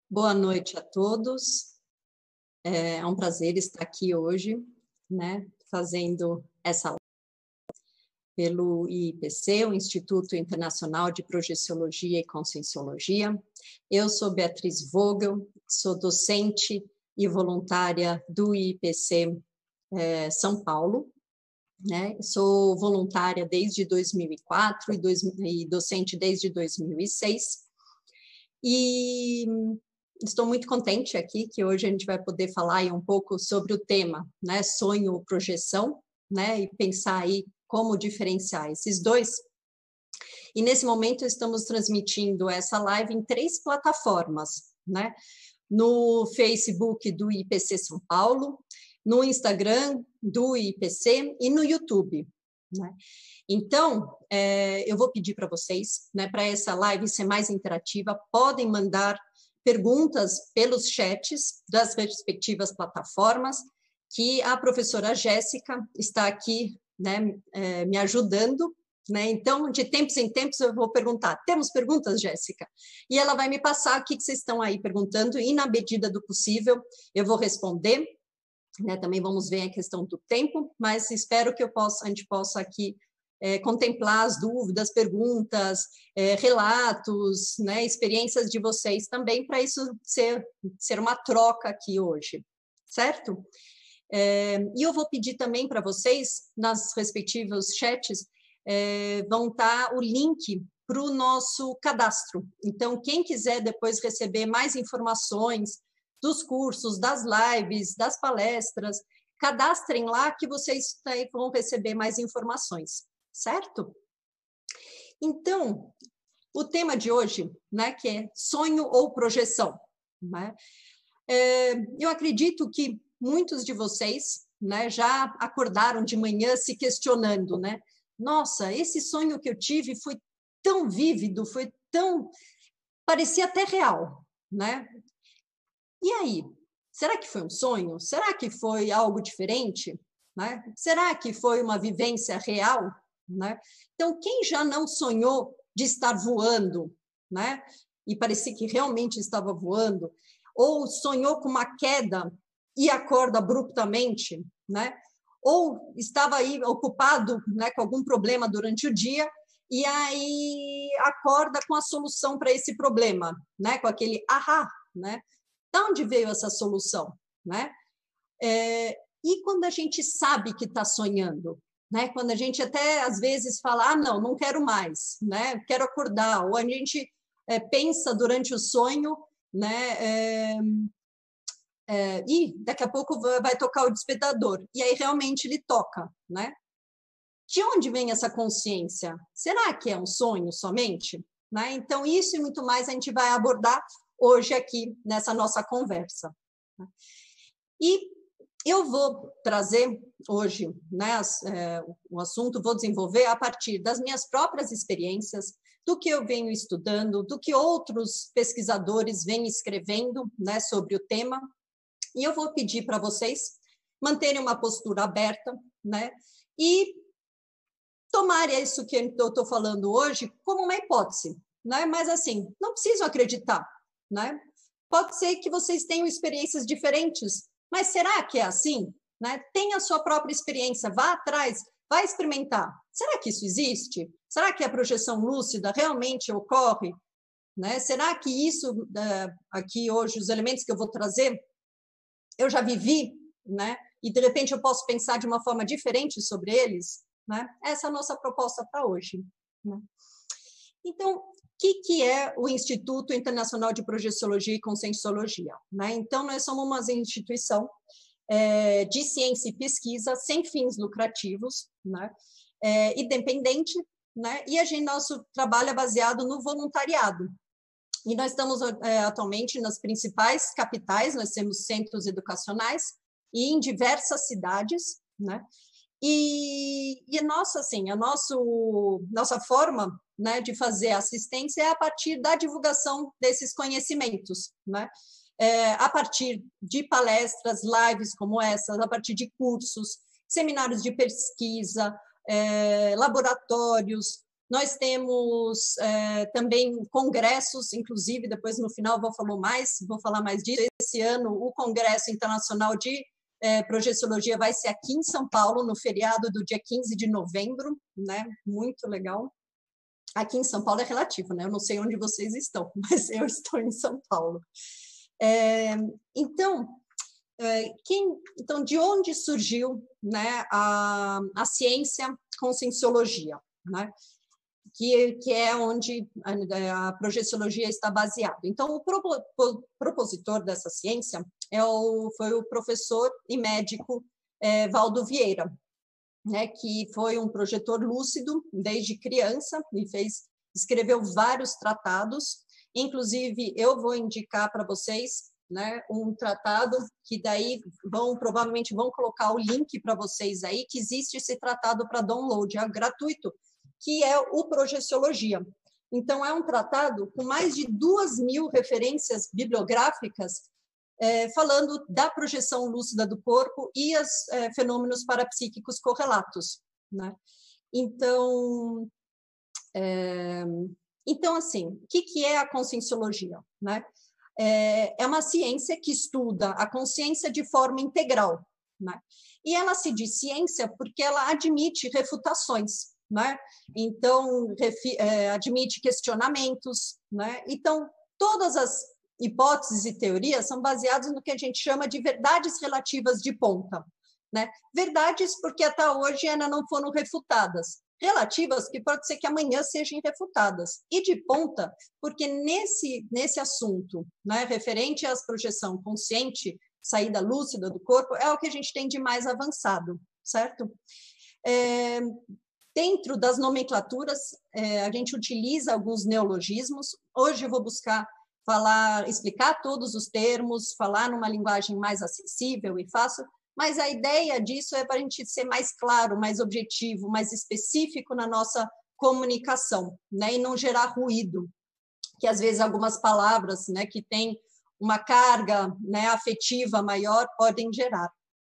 Boa noite a todos. É um prazer estar aqui hoje, né, fazendo essa live pelo IIPC, o Instituto Internacional de Projeciologia e Conscienciologia. Eu sou Beatriz Vogel, sou docente e voluntária do IIPC São Paulo, né? Sou voluntária desde 2004 e docente desde 2006. E estou muito contente aqui que hoje a gente vai poder falar aí um pouco sobre o tema, né, sonho, projeção, né, e pensar aí como diferenciar esses dois. E nesse momento estamos transmitindo essa live em 3 plataformas, né, no Facebook do IPC São Paulo, no Instagram do IPC e no YouTube, né. Então, eu vou pedir para vocês, né, para essa live ser mais interativa, podem mandar perguntas pelos chats das respectivas plataformas, que a professora Jéssica está aqui, né, me ajudando, né? Então, de tempos em tempos eu vou perguntar, temos perguntas, Jéssica? E ela vai me passar o que vocês estão aí perguntando, e na medida do possível eu vou responder, né? Também vamos ver a questão do tempo, mas espero que a gente possa aqui contemplar as dúvidas, perguntas, relatos, né, experiências de vocês também, para isso ser uma troca aqui hoje, certo? E eu vou pedir também para vocês, nas respectivos chats, vão estar o link para o nosso cadastro. Então, quem quiser depois receber mais informações dos cursos, das lives, das palestras, cadastrem lá que vocês vão receber mais informações. Certo? Então, o tema de hoje, né, que é sonho ou projeção, né? Eu acredito que muitos de vocês, né, já acordaram de manhã se questionando, né? Nossa, esse sonho que eu tive foi tão vívido, foi tão... parecia até real, né? E aí? Será que foi um sonho? Será que foi algo diferente? Né? Será que foi uma vivência real? Né? Então, quem já não sonhou de estar voando, né? E parecia que realmente estava voando, ou sonhou com uma queda e acorda abruptamente, né? Ou estava aí ocupado, né, com algum problema durante o dia e aí acorda com a solução para esse problema, né? Com aquele ahá, né? De onde veio essa solução, né? E quando a gente sabe que está sonhando, né? Quando a gente até às vezes fala, não quero mais, né? Quero acordar, ou a gente pensa durante o sonho, né? E daqui a pouco vai tocar o despertador, e aí realmente ele toca, né? De onde vem essa consciência? Será que é um sonho somente? Né? Então, isso e muito mais a gente vai abordar hoje aqui nessa nossa conversa. E eu vou trazer hoje, né, o assunto, vou desenvolver a partir das minhas próprias experiências, do que eu venho estudando, do que outros pesquisadores vêm escrevendo, né, sobre o tema, e eu vou pedir para vocês manterem uma postura aberta, né, e tomar isso que eu estou falando hoje como uma hipótese, né, mas assim, não precisam acreditar, né, pode ser que vocês tenham experiências diferentes, mas será que é assim? Né? Tenha a sua própria experiência, vá atrás, vá experimentar. Será que isso existe? Será que a projeção lúcida realmente ocorre? Né? Será que isso, aqui hoje, os elementos que eu vou trazer, eu já vivi, né? E de repente eu posso pensar de uma forma diferente sobre eles? Né? Essa é a nossa proposta para hoje. Né? Então, o que é o Instituto Internacional de Projeciologia e Conscienciologia? Né? Então, nós somos uma instituição de ciência e pesquisa sem fins lucrativos, né? Independente, né? E nosso trabalho é baseado no voluntariado. E nós estamos atualmente nas principais capitais, nós temos centros educacionais e em diversas cidades, né? E nossa forma, né, de fazer assistência é a partir da divulgação desses conhecimentos, né? A partir de palestras, lives como essas, a partir de cursos, seminários de pesquisa, laboratórios, Nós temos também congressos, inclusive, depois no final vou falar mais disso. Esse ano, o Congresso Internacional de Projeciologia vai ser aqui em São Paulo, no feriado do dia 15 de novembro, né? Muito legal. Aqui em São Paulo é relativo, né? Eu não sei onde vocês estão, mas eu estou em São Paulo. Então, de onde surgiu, né, a ciência conscienciologia, né? Que é onde a projeciologia está baseada. Então, o propositor dessa ciência foi o professor e médico Valdo Vieira, né, que foi um projetor lúcido desde criança e escreveu vários tratados. Inclusive, eu vou indicar para vocês, né, um tratado que daí provavelmente vão colocar o link para vocês aí, que existe esse tratado para download, é gratuito, que é o Projeciologia. Então, é um tratado com mais de 2.000 referências bibliográficas falando da projeção lúcida do corpo e os fenômenos parapsíquicos correlatos, né? Então, assim, o que é a conscienciologia, né? É uma ciência que estuda a consciência de forma integral, né? E ela se diz ciência porque ela admite refutações, né? Então, admite questionamentos, né? Então, todas as hipóteses e teorias são baseadas no que a gente chama de verdades relativas de ponta, né? Verdades porque até hoje ainda não foram refutadas, relativas que pode ser que amanhã sejam refutadas, e de ponta porque nesse assunto, né, referente à projeção consciente, saída lúcida do corpo, é o que a gente tem de mais avançado, certo? Dentro das nomenclaturas, a gente utiliza alguns neologismos. Hoje eu vou buscar explicar todos os termos, falar numa linguagem mais acessível e fácil, mas a ideia disso é para a gente ser mais claro, mais objetivo, mais específico na nossa comunicação, né, e não gerar ruído, que às vezes algumas palavras, né, que têm uma carga, né, afetiva maior podem gerar.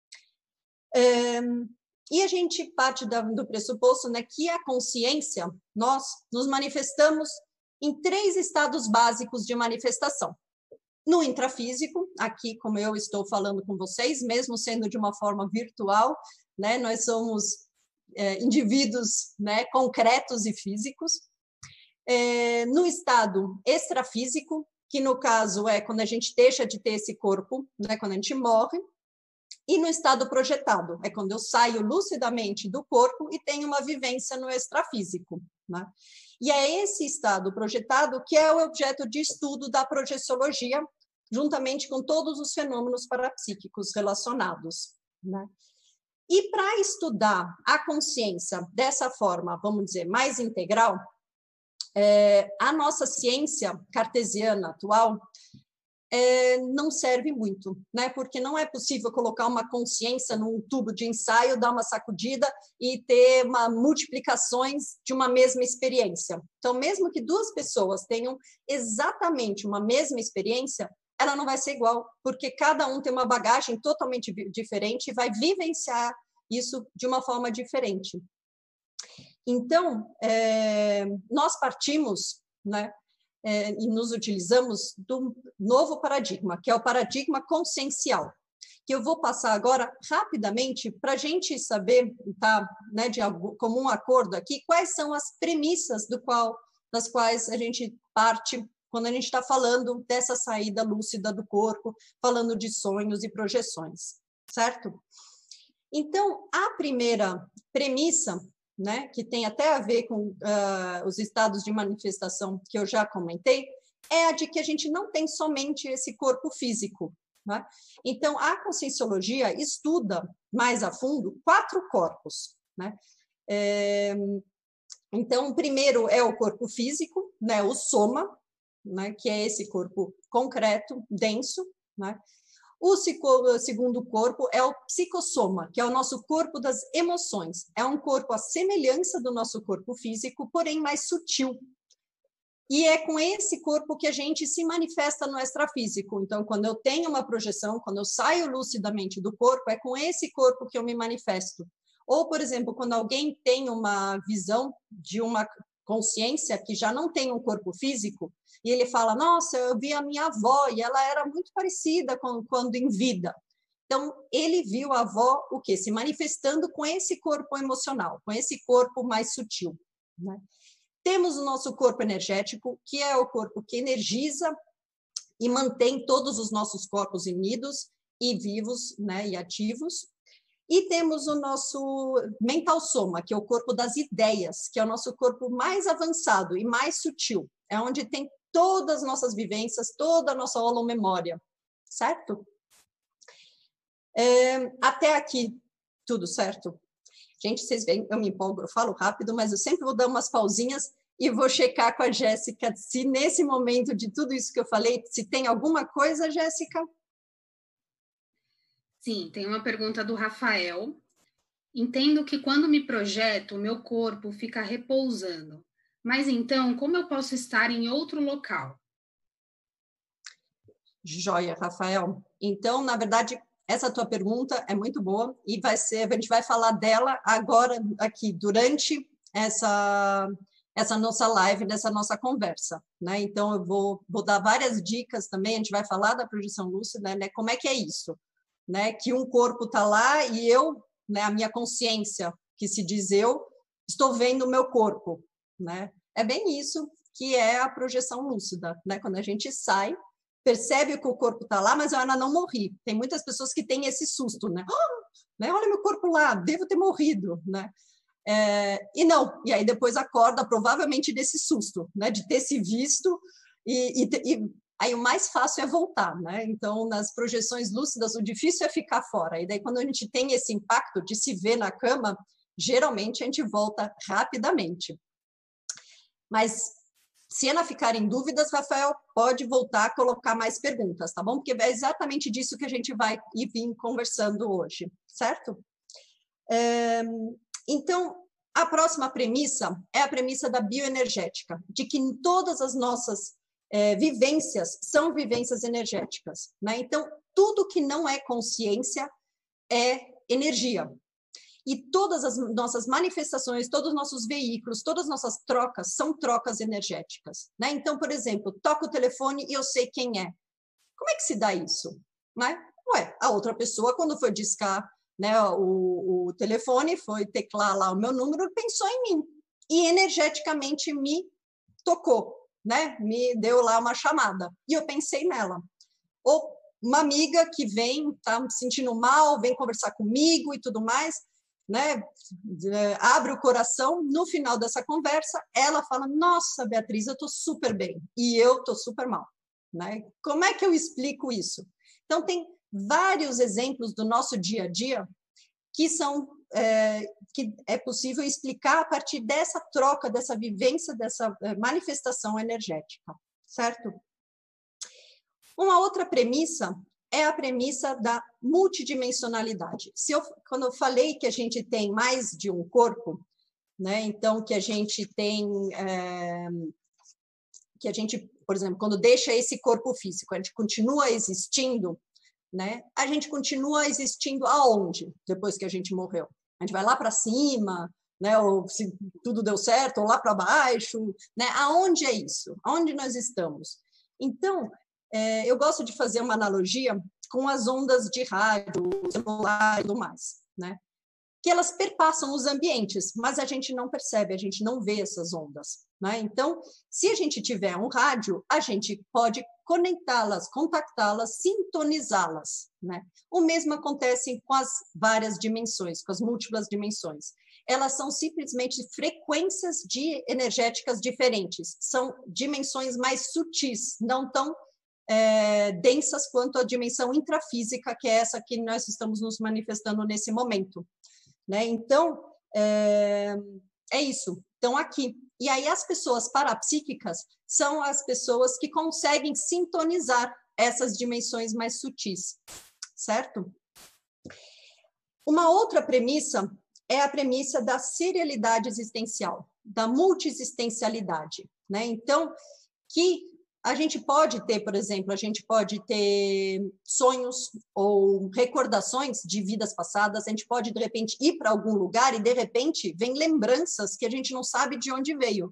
E a gente parte do pressuposto, né, que a consciência, nós nos manifestamos em 3 estados básicos de manifestação. No intrafísico, aqui como eu estou falando com vocês, mesmo sendo de uma forma virtual, né, nós somos indivíduos, né, concretos e físicos. No estado extrafísico, que no caso é quando a gente deixa de ter esse corpo, né, quando a gente morre. E no estado projetado, é quando eu saio lucidamente do corpo e tenho uma vivência no extrafísico, né? E é esse estado projetado que é o objeto de estudo da projeciologia, juntamente com todos os fenômenos parapsíquicos relacionados, né? E para estudar a consciência dessa forma, vamos dizer, mais integral, a nossa ciência cartesiana atual não serve muito, né? Porque não é possível colocar uma consciência num tubo de ensaio, dar uma sacudida e ter multiplicações de uma mesma experiência. Então, mesmo que 2 pessoas tenham exatamente uma mesma experiência, ela não vai ser igual, porque cada um tem uma bagagem totalmente diferente e vai vivenciar isso de uma forma diferente. Então, nós partimos, né, e nos utilizamos do novo paradigma, que é o paradigma consciencial, que eu vou passar agora rapidamente para a gente saber, tá, né, de comum acordo aqui, quais são as premissas das quais a gente parte quando a gente está falando dessa saída lúcida do corpo, falando de sonhos e projeções, certo? Então, a primeira premissa, né, que tem até a ver com os estados de manifestação que eu já comentei, é a de que a gente não tem somente esse corpo físico, né? Então, a conscienciologia estuda mais a fundo 4 corpos, né? Então, o primeiro é o corpo físico, né, o soma, né, que é esse corpo concreto, denso, né? O segundo corpo é o psicossoma, que é o nosso corpo das emoções. É um corpo à semelhança do nosso corpo físico, porém mais sutil. E é com esse corpo que a gente se manifesta no extrafísico. Então, quando eu tenho uma projeção, quando eu saio lucidamente do corpo, é com esse corpo que eu me manifesto. Ou, por exemplo, quando alguém tem uma visão de uma consciência que já não tem um corpo físico, e ele fala, nossa, eu vi a minha avó, e ela era muito parecida quando em vida. Então, ele viu a avó, o quê? Se manifestando com esse corpo emocional, com esse corpo mais sutil, né? Temos o nosso corpo energético, que é o corpo que energiza e mantém todos os nossos corpos unidos e vivos, né, e ativos. E temos o nosso mental soma, que é o corpo das ideias, que é o nosso corpo mais avançado e mais sutil. É onde tem todas as nossas vivências, toda a nossa holomemória, certo? Até aqui, tudo certo? Gente, vocês veem, eu me empolgo, eu falo rápido, mas eu sempre vou dar umas pausinhas e vou checar com a Jéssica se nesse momento de tudo isso que eu falei, se tem alguma coisa, Jéssica? Sim, tem uma pergunta do Rafael. Entendo que quando me projeto, o meu corpo fica repousando. Mas então, como eu posso estar em outro local? Joia, Rafael. Então, na verdade, essa tua pergunta é muito boa e a gente vai falar dela agora, aqui, durante essa nossa live, dessa nossa conversa, né? Então, eu vou dar várias dicas também, a gente vai falar da projeção lúcida, né? Como é que é isso, né? Que um corpo está lá e eu, né? A minha consciência, que se diz eu, estou vendo o meu corpo, né? É bem isso que é a projeção lúcida, né? Quando a gente sai, percebe que o corpo está lá, mas eu ainda não morri. Tem muitas pessoas que têm esse susto, né? Né? Olha meu corpo lá, devo ter morrido, né? E não, e aí depois acorda provavelmente desse susto, né? De ter se visto e aí o mais fácil é voltar, né? Então, nas projeções lúcidas, o difícil é ficar fora. E daí, quando a gente tem esse impacto de se ver na cama, geralmente a gente volta rapidamente. Mas se Ana ficar em dúvidas, Rafael, pode voltar a colocar mais perguntas, tá bom? Porque é exatamente disso que a gente vai vir conversando hoje, certo? Então, a próxima premissa é a premissa da bioenergética, de que todas as nossas vivências são vivências energéticas, né? Então, tudo que não é consciência é energia. E todas as nossas manifestações, todos os nossos veículos, todas as nossas trocas são trocas energéticas, né? Então, por exemplo, toco o telefone e eu sei quem é. Como é que se dá isso? Né? Ué, a outra pessoa, quando foi discar, né, o telefone, foi teclar lá o meu número, pensou em mim. E energeticamente me tocou, né? Me deu lá uma chamada. E eu pensei nela. Ou uma amiga que vem, tá me sentindo mal, vem conversar comigo e tudo mais, né, abre o coração, no final dessa conversa, ela fala, nossa, Beatriz, eu estou super bem, e eu estou super mal, né? Como é que eu explico isso? Então, tem vários exemplos do nosso dia a dia que que é possível explicar a partir dessa troca, dessa vivência, dessa manifestação energética, certo? Uma outra premissa é a premissa da multidimensionalidade. Quando eu falei que a gente tem mais de um corpo, né? Então, que a gente tem... que a gente, por exemplo, quando deixa esse corpo físico, a gente continua existindo, né? A gente continua existindo aonde? Depois que a gente morreu? A gente vai lá para cima, né? Ou se tudo deu certo, ou lá para baixo, né? Aonde é isso? Aonde nós estamos? Então, eu gosto de fazer uma analogia com as ondas de rádio, celular e tudo mais, né? Que elas perpassam os ambientes, mas a gente não percebe, a gente não vê essas ondas, né? Então, se a gente tiver um rádio, a gente pode conectá-las, contactá-las, sintonizá-las, né? O mesmo acontece com as várias dimensões, com as múltiplas dimensões. Elas são simplesmente frequências energéticas diferentes, são dimensões mais sutis, não tão densas quanto a dimensão intrafísica, que é essa que nós estamos nos manifestando nesse momento, né? Então, é isso. Então, aqui. E aí, as pessoas parapsíquicas são as pessoas que conseguem sintonizar essas dimensões mais sutis, certo? Uma outra premissa é a premissa da serialidade existencial, da multiexistencialidade, né? Então, que a gente pode ter, por exemplo, a gente pode ter sonhos ou recordações de vidas passadas, a gente pode, de repente, ir para algum lugar e, de repente, vem lembranças que a gente não sabe de onde veio.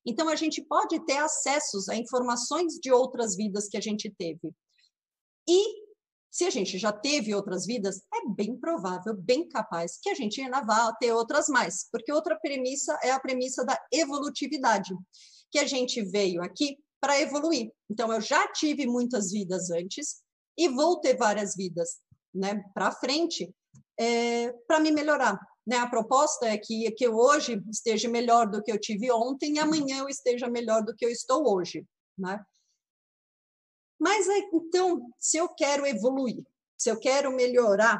Então, a gente pode ter acessos a informações de outras vidas que a gente teve. E, se a gente já teve outras vidas, é bem provável, bem capaz, que a gente ainda vá ter outras mais. Porque outra premissa é a premissa da evolutividade, que a gente veio aqui para evoluir. Então, eu já tive muitas vidas antes e vou ter várias vidas, né, para frente, para me melhorar. Né? A proposta é que eu hoje esteja melhor do que eu tive ontem e amanhã eu esteja melhor do que eu estou hoje. Né? Mas, então, se eu quero evoluir, se eu quero melhorar,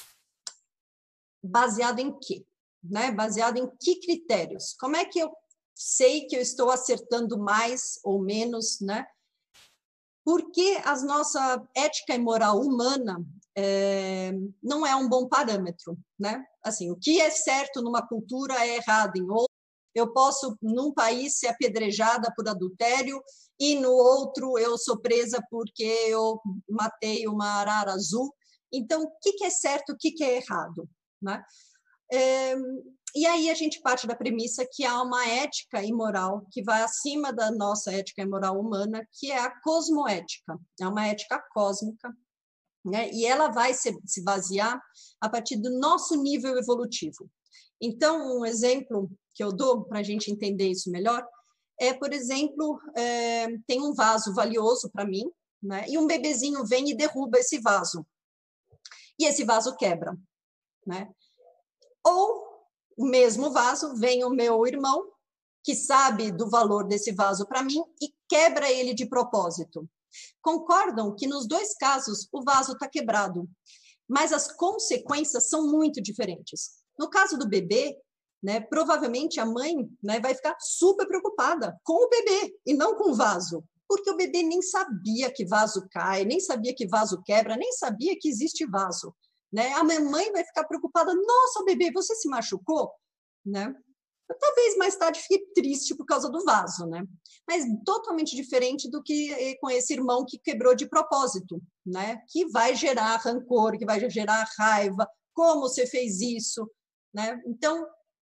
baseado em quê? Né? Baseado em que critérios? Como é que eu sei que eu estou acertando mais ou menos, né? Porque a nossa ética e moral humana não é um bom parâmetro, né? Assim, o que é certo numa cultura é errado em outra. Eu posso, num país, ser apedrejada por adultério e no outro eu sou presa porque eu matei uma arara azul. Então, o que é certo, o que é errado, né? E aí a gente parte da premissa que há uma ética e moral que vai acima da nossa ética e moral humana, que é a cosmoética, é uma ética cósmica, né? E ela vai se basear a partir do nosso nível evolutivo. Então, um exemplo que eu dou para a gente entender isso melhor é, por exemplo, tem um vaso valioso para mim, né? E um bebezinho vem e derruba esse vaso. E esse vaso quebra, né? Ou o mesmo vaso, vem o meu irmão, que sabe do valor desse vaso para mim, e quebra ele de propósito. Concordam que nos dois casos o vaso está quebrado, mas as consequências são muito diferentes. No caso do bebê, né, provavelmente a mãe, né, vai ficar super preocupada com o bebê e não com o vaso, porque o bebê nem sabia que vaso cai, nem sabia que vaso quebra, nem sabia que existe vaso. Né? A mãe vai ficar preocupada, nossa, bebê, você se machucou? Né? Talvez mais tarde fique triste por causa do vaso, né? Mas totalmente diferente do que com esse irmão que quebrou de propósito, né? Que vai gerar rancor, que vai gerar raiva, como você fez isso, né? Então,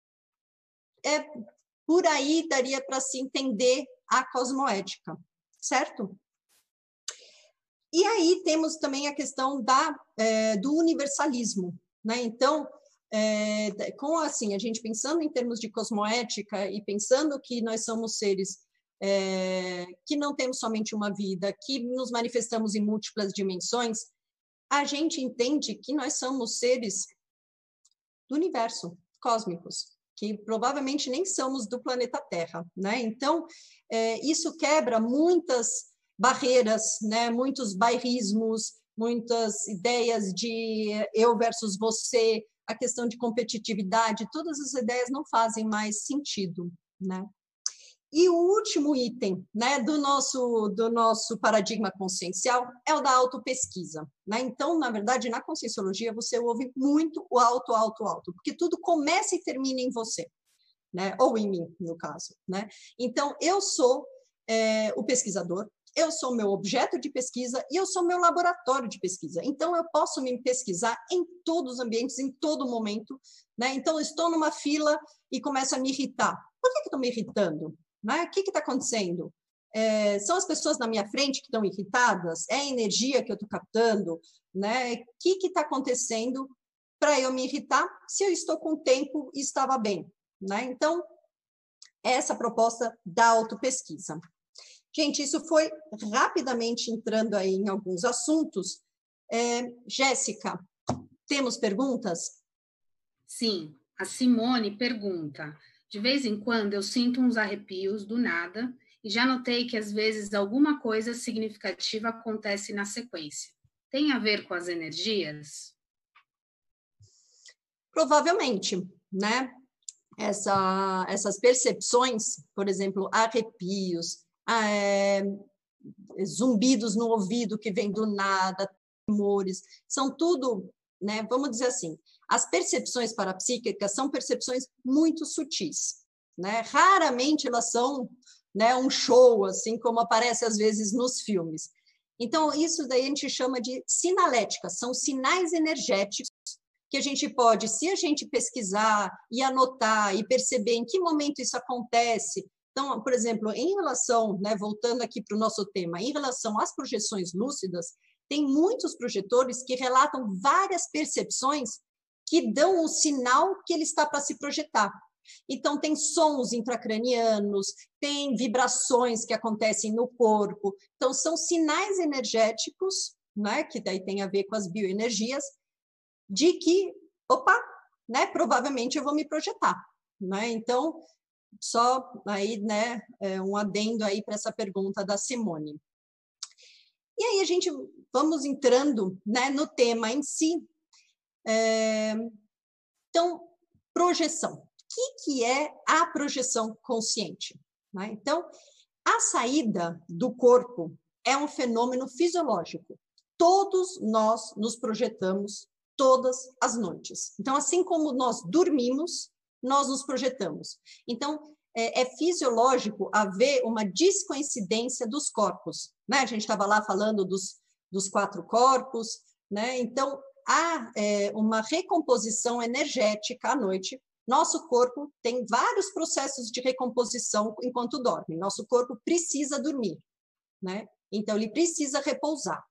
por aí daria para se entender a cosmoética, certo? E aí temos também a questão do universalismo, né? Então, assim, a gente pensando em termos de cosmoética e pensando que nós somos seres que não temos somente uma vida, que nos manifestamos em múltiplas dimensões, a gente entende que nós somos seres do universo, cósmicos, que provavelmente nem somos do planeta Terra, né? Então, isso quebra muitas barreiras, né? Muitos bairrismos, muitas ideias de eu versus você, a questão de competitividade, todas as ideias não fazem mais sentido, né? E o último item, né, do nosso paradigma consciencial é o da autopesquisa, né? Então, na verdade, na conscienciologia você ouve muito o auto, porque tudo começa e termina em você, né? Ou em mim, no caso, né? Então, eu sou o pesquisador, eu sou meu objeto de pesquisa e eu sou meu laboratório de pesquisa. Então, eu posso me pesquisar em todos os ambientes, em todo momento, né? Então, eu estou numa fila e começo a me irritar. Por que estou me irritando? Né? O que está acontecendo? São as pessoas na minha frente que estão irritadas? É a energia que eu estou captando? Né? O que está acontecendo para eu me irritar se eu estou com tempo e estava bem? Né? Então, essa proposta da autopesquisa. Gente, isso foi rapidamente entrando aí em alguns assuntos. Jéssica, temos perguntas? Sim, a Simone pergunta: de vez em quando eu sinto uns arrepios do nada e já notei que às vezes alguma coisa significativa acontece na sequência. Tem a ver com as energias? Provavelmente, né? Essas percepções, por exemplo, arrepios, zumbidos no ouvido que vem do nada, tremores, são tudo, né? Vamos dizer assim, as percepções parapsíquicas são percepções muito sutis, né? Raramente elas são, né, um show, assim como aparece às vezes nos filmes. Então, isso daí a gente chama de sinalética, são sinais energéticos que a gente pode, se a gente pesquisar e anotar e perceber em que momento isso acontece, Então, por exemplo, em relação, né, voltando aqui para o nosso tema, em relação às projeções lúcidas, tem muitos projetores que relatam várias percepções que dão o sinal que ele está para se projetar. Então, tem sons intracranianos, tem vibrações que acontecem no corpo. Então, são sinais energéticos, né, que daí tem a ver com as bioenergias, de que, opa, né, provavelmente eu vou me projetar. Né? Então, só aí, né, um adendo aí para essa pergunta da Simone. E aí a gente vamos entrando, né, no tema em si. Então, projeção. O que é a projeção consciente? Né? Então, a saída do corpo é um fenômeno fisiológico. Todos nós nos projetamos todas as noites. Então, assim como nós dormimos, nós nos projetamos. Então, é fisiológico haver uma descoincidência dos corpos. Né? A gente estava lá falando dos 4 corpos, né? Então, há uma recomposição energética à noite. Nosso corpo tem vários processos de recomposição enquanto dorme. Nosso corpo precisa dormir, né? Então, ele precisa repousar.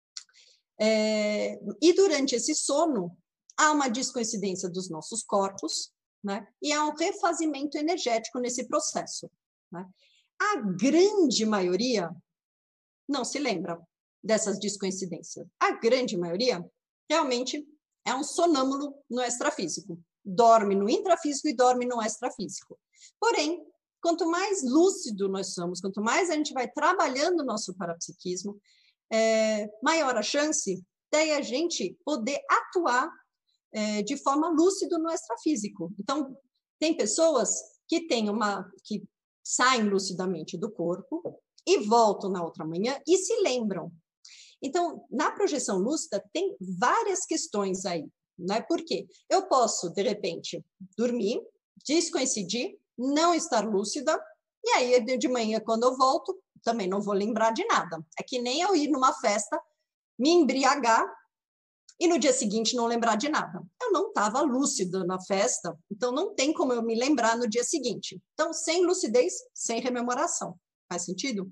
E durante esse sono, há uma descoincidência dos nossos corpos, né? E há um refazimento energético nesse processo. Né? A grande maioria não se lembra dessas descoincidências. A grande maioria realmente é um sonâmbulo no extrafísico. Dorme no intrafísico e dorme no extrafísico. Porém, quanto mais lúcido nós somos, quanto mais a gente vai trabalhando o nosso parapsiquismo, maior a chance de a gente poder atuar de forma lúcida no extrafísico. Então, tem pessoas que saem lucidamente do corpo e voltam na outra manhã e se lembram. Então, na projeção lúcida, tem várias questões aí, né? Por quê? Eu posso, de repente, dormir, descoincidir, não estar lúcida, e aí, de manhã, quando eu volto, também não vou lembrar de nada. É que nem eu ir numa festa, me embriagar, e no dia seguinte não lembrar de nada. Eu não estava lúcida na festa, então não tem como eu me lembrar no dia seguinte. Então, sem lucidez, sem rememoração. Faz sentido?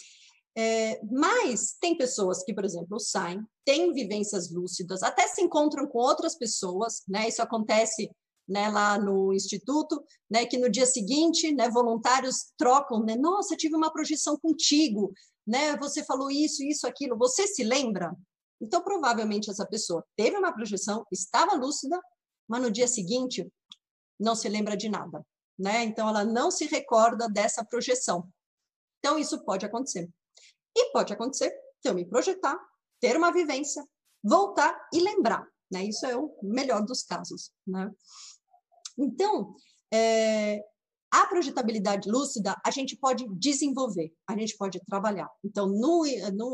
Mas tem pessoas que, por exemplo, saem, têm vivências lúcidas, até se encontram com outras pessoas, né? Isso acontece, né, lá no instituto, né, que no dia seguinte, né, voluntários trocam, né? Nossa, eu tive uma projeção contigo, né? Você falou isso, isso, aquilo. Você se lembra? Então, provavelmente, essa pessoa teve uma projeção, estava lúcida, mas no dia seguinte não se lembra de nada, né? Então, ela não se recorda dessa projeção. Então, isso pode acontecer. E pode acontecer de eu me projetar, ter uma vivência, voltar e lembrar, né? Isso é o melhor dos casos, né? Então, a projetabilidade lúcida, a gente pode desenvolver, a gente pode trabalhar. Então, no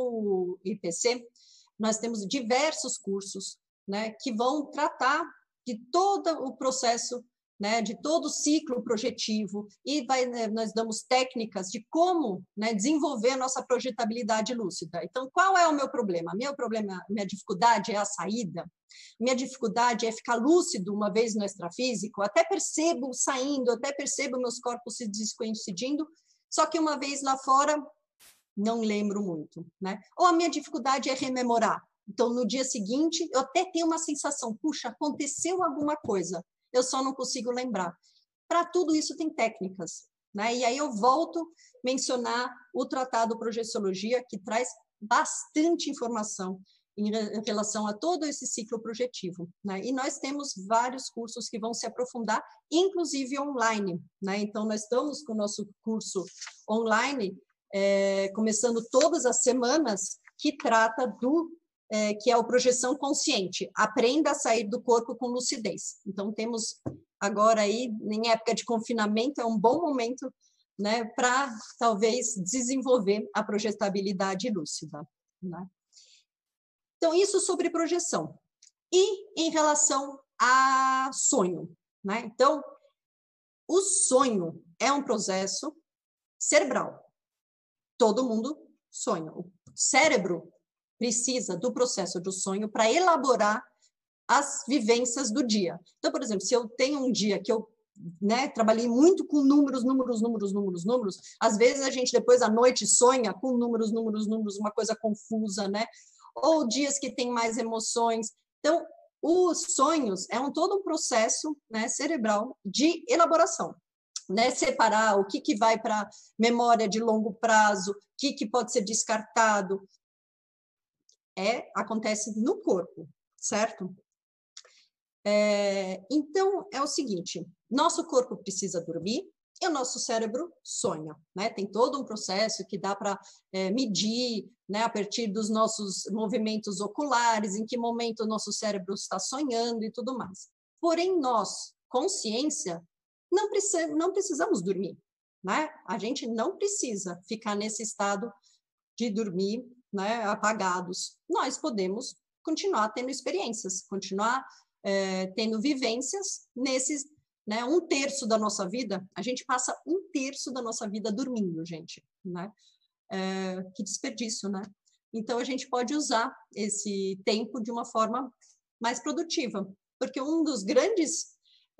IPC, nós temos diversos cursos, né, que vão tratar de todo o processo, né, de todo o ciclo projetivo, e nós damos técnicas de como, né, desenvolver a nossa projetabilidade lúcida. Então, qual é o meu problema? Minha dificuldade é a saída, minha dificuldade é ficar lúcido uma vez no extrafísico, até percebo saindo, até percebo meus corpos se descoincidindo, só que uma vez lá fora, não lembro muito, né? Ou a minha dificuldade é rememorar. Então, no dia seguinte, eu até tenho uma sensação, puxa, aconteceu alguma coisa, eu só não consigo lembrar. Para tudo isso tem técnicas, né? E aí eu volto a mencionar o Tratado Projeciologia, que traz bastante informação em relação a todo esse ciclo projetivo, né? E nós temos vários cursos que vão se aprofundar, inclusive online, né? Então, nós estamos com o nosso curso online, começando todas as semanas, que trata que é a projeção consciente. Aprenda a sair do corpo com lucidez. Então, temos agora aí, em época de confinamento, é um bom momento, né, para talvez desenvolver a projetabilidade lúcida, né? Então, isso sobre projeção. E em relação a sonho, né? Então, o sonho é um processo cerebral. Todo mundo sonha. O cérebro precisa do processo do sonho para elaborar as vivências do dia. Então, por exemplo, se eu tenho um dia que eu né, trabalhei muito com números. Às vezes a gente depois à noite sonha com números, uma coisa confusa, né? Ou dias que tem mais emoções. Então, os sonhos todo um processo, né, cerebral de elaboração, né? Separar o que vai para memória de longo prazo, o que pode ser descartado. Acontece no corpo, certo? Então, é o seguinte, nosso corpo precisa dormir e o nosso cérebro sonha, né? Tem todo um processo que dá para medir, né, a partir dos nossos movimentos oculares, em que momento o nosso cérebro está sonhando e tudo mais. Porém, nós, consciência, não precisamos dormir, né? A gente não precisa ficar nesse estado de dormir, né, apagados. Nós podemos continuar tendo experiências, continuar tendo vivências nesses, né, 1/3 da nossa vida, a gente passa 1/3 da nossa vida dormindo, gente, né? Que desperdício, né? Então, a gente pode usar esse tempo de uma forma mais produtiva, porque um dos grandes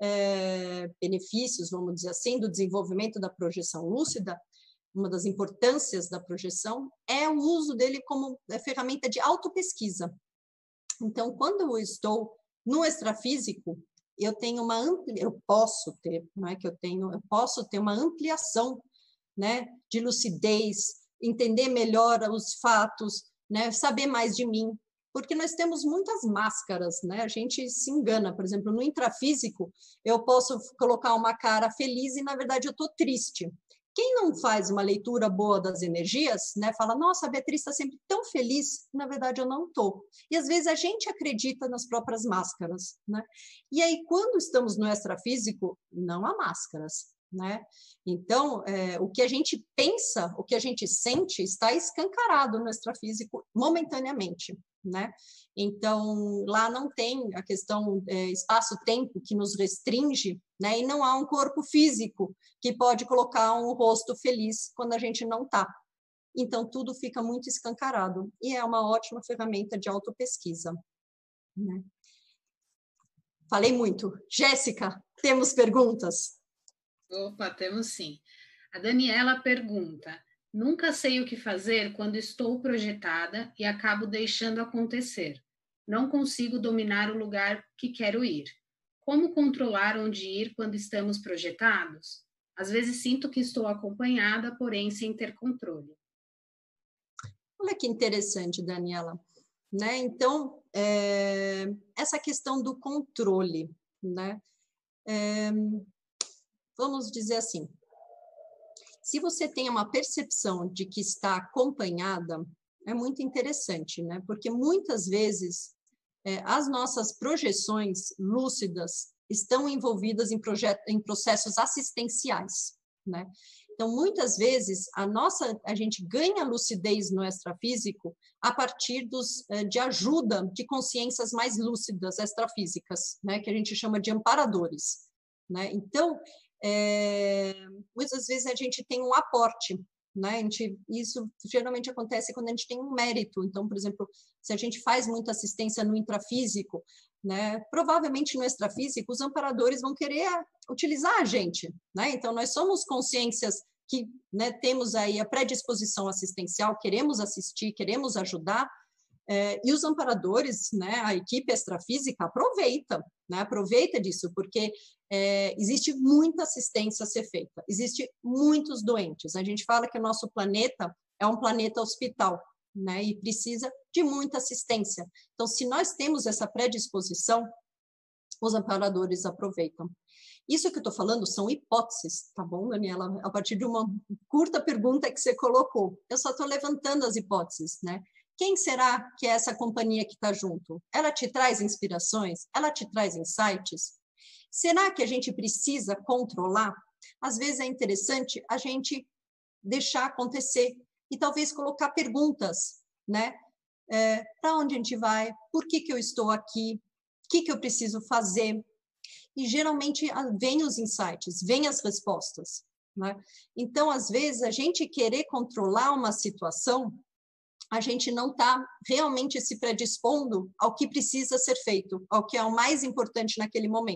benefícios, vamos dizer assim, do desenvolvimento da projeção lúcida, uma das importâncias da projeção, é o uso dele como ferramenta de autopesquisa. Então, quando eu estou no extrafísico, eu posso ter uma ampliação, né, de lucidez, entender melhor os fatos, né, saber mais de mim, porque nós temos muitas máscaras, né? A gente se engana, por exemplo, no intrafísico, eu posso colocar uma cara feliz e, na verdade, eu estou triste. Quem não faz uma leitura boa das energias, né, fala, nossa, a Beatriz está sempre tão feliz, na verdade eu não estou. E às vezes a gente acredita nas próprias máscaras, né? E aí, quando estamos no extrafísico, não há máscaras, né? Então, o que a gente pensa, o que a gente sente, está escancarado no extrafísico momentaneamente, né? Então, lá não tem a questão espaço-tempo que nos restringe, né? E não há um corpo físico que pode colocar um rosto feliz quando a gente não está. Então, tudo fica muito escancarado e é uma ótima ferramenta de autopesquisa, né? Falei muito. Jéssica, temos perguntas? Opa, temos sim. A Daniela pergunta: nunca sei o que fazer quando estou projetada e acabo deixando acontecer. Não consigo dominar o lugar que quero ir. Como controlar onde ir quando estamos projetados? Às vezes sinto que estou acompanhada, porém sem ter controle. Olha que interessante, Daniela, né? Então, essa questão do controle, né? Vamos dizer assim, se você tem uma percepção de que está acompanhada, é muito interessante, né? Porque muitas vezes as nossas projeções lúcidas estão envolvidas em processos assistenciais, né? Então, muitas vezes, a gente ganha lucidez no extrafísico a partir de ajuda de consciências mais lúcidas extrafísicas, né? Que a gente chama de amparadores, né? Então, muitas vezes a gente tem um aporte, né? Isso geralmente acontece quando a gente tem um mérito. Então, por exemplo, se a gente faz muita assistência no intrafísico, né? Provavelmente no extrafísico, os amparadores vão querer utilizar a gente, né? Então, nós somos consciências que, né, temos aí a predisposição assistencial, queremos assistir, queremos ajudar, e os amparadores, né, a equipe extrafísica aproveita, né, aproveita disso, porque existe muita assistência a ser feita, existe muitos doentes. A gente fala que o nosso planeta é um planeta hospital, né, e precisa de muita assistência. Então, se nós temos essa predisposição, os amparadores aproveitam. Isso que eu estou falando são hipóteses, tá bom, Daniela? A partir de uma curta pergunta que você colocou. Eu só estou levantando as hipóteses, né? Quem será que é essa companhia que está junto? Ela te traz inspirações? Ela te traz insights? Será que a gente precisa controlar? Às vezes é interessante a gente deixar acontecer e talvez colocar perguntas, né? Para onde a gente vai? Por que eu estou aqui? O que eu preciso fazer? E geralmente vem os insights, vem as respostas, né? Então, às vezes, a gente querer controlar uma situação, a gente não está realmente se predispondo ao que precisa ser feito, ao que é o mais importante naquele momento.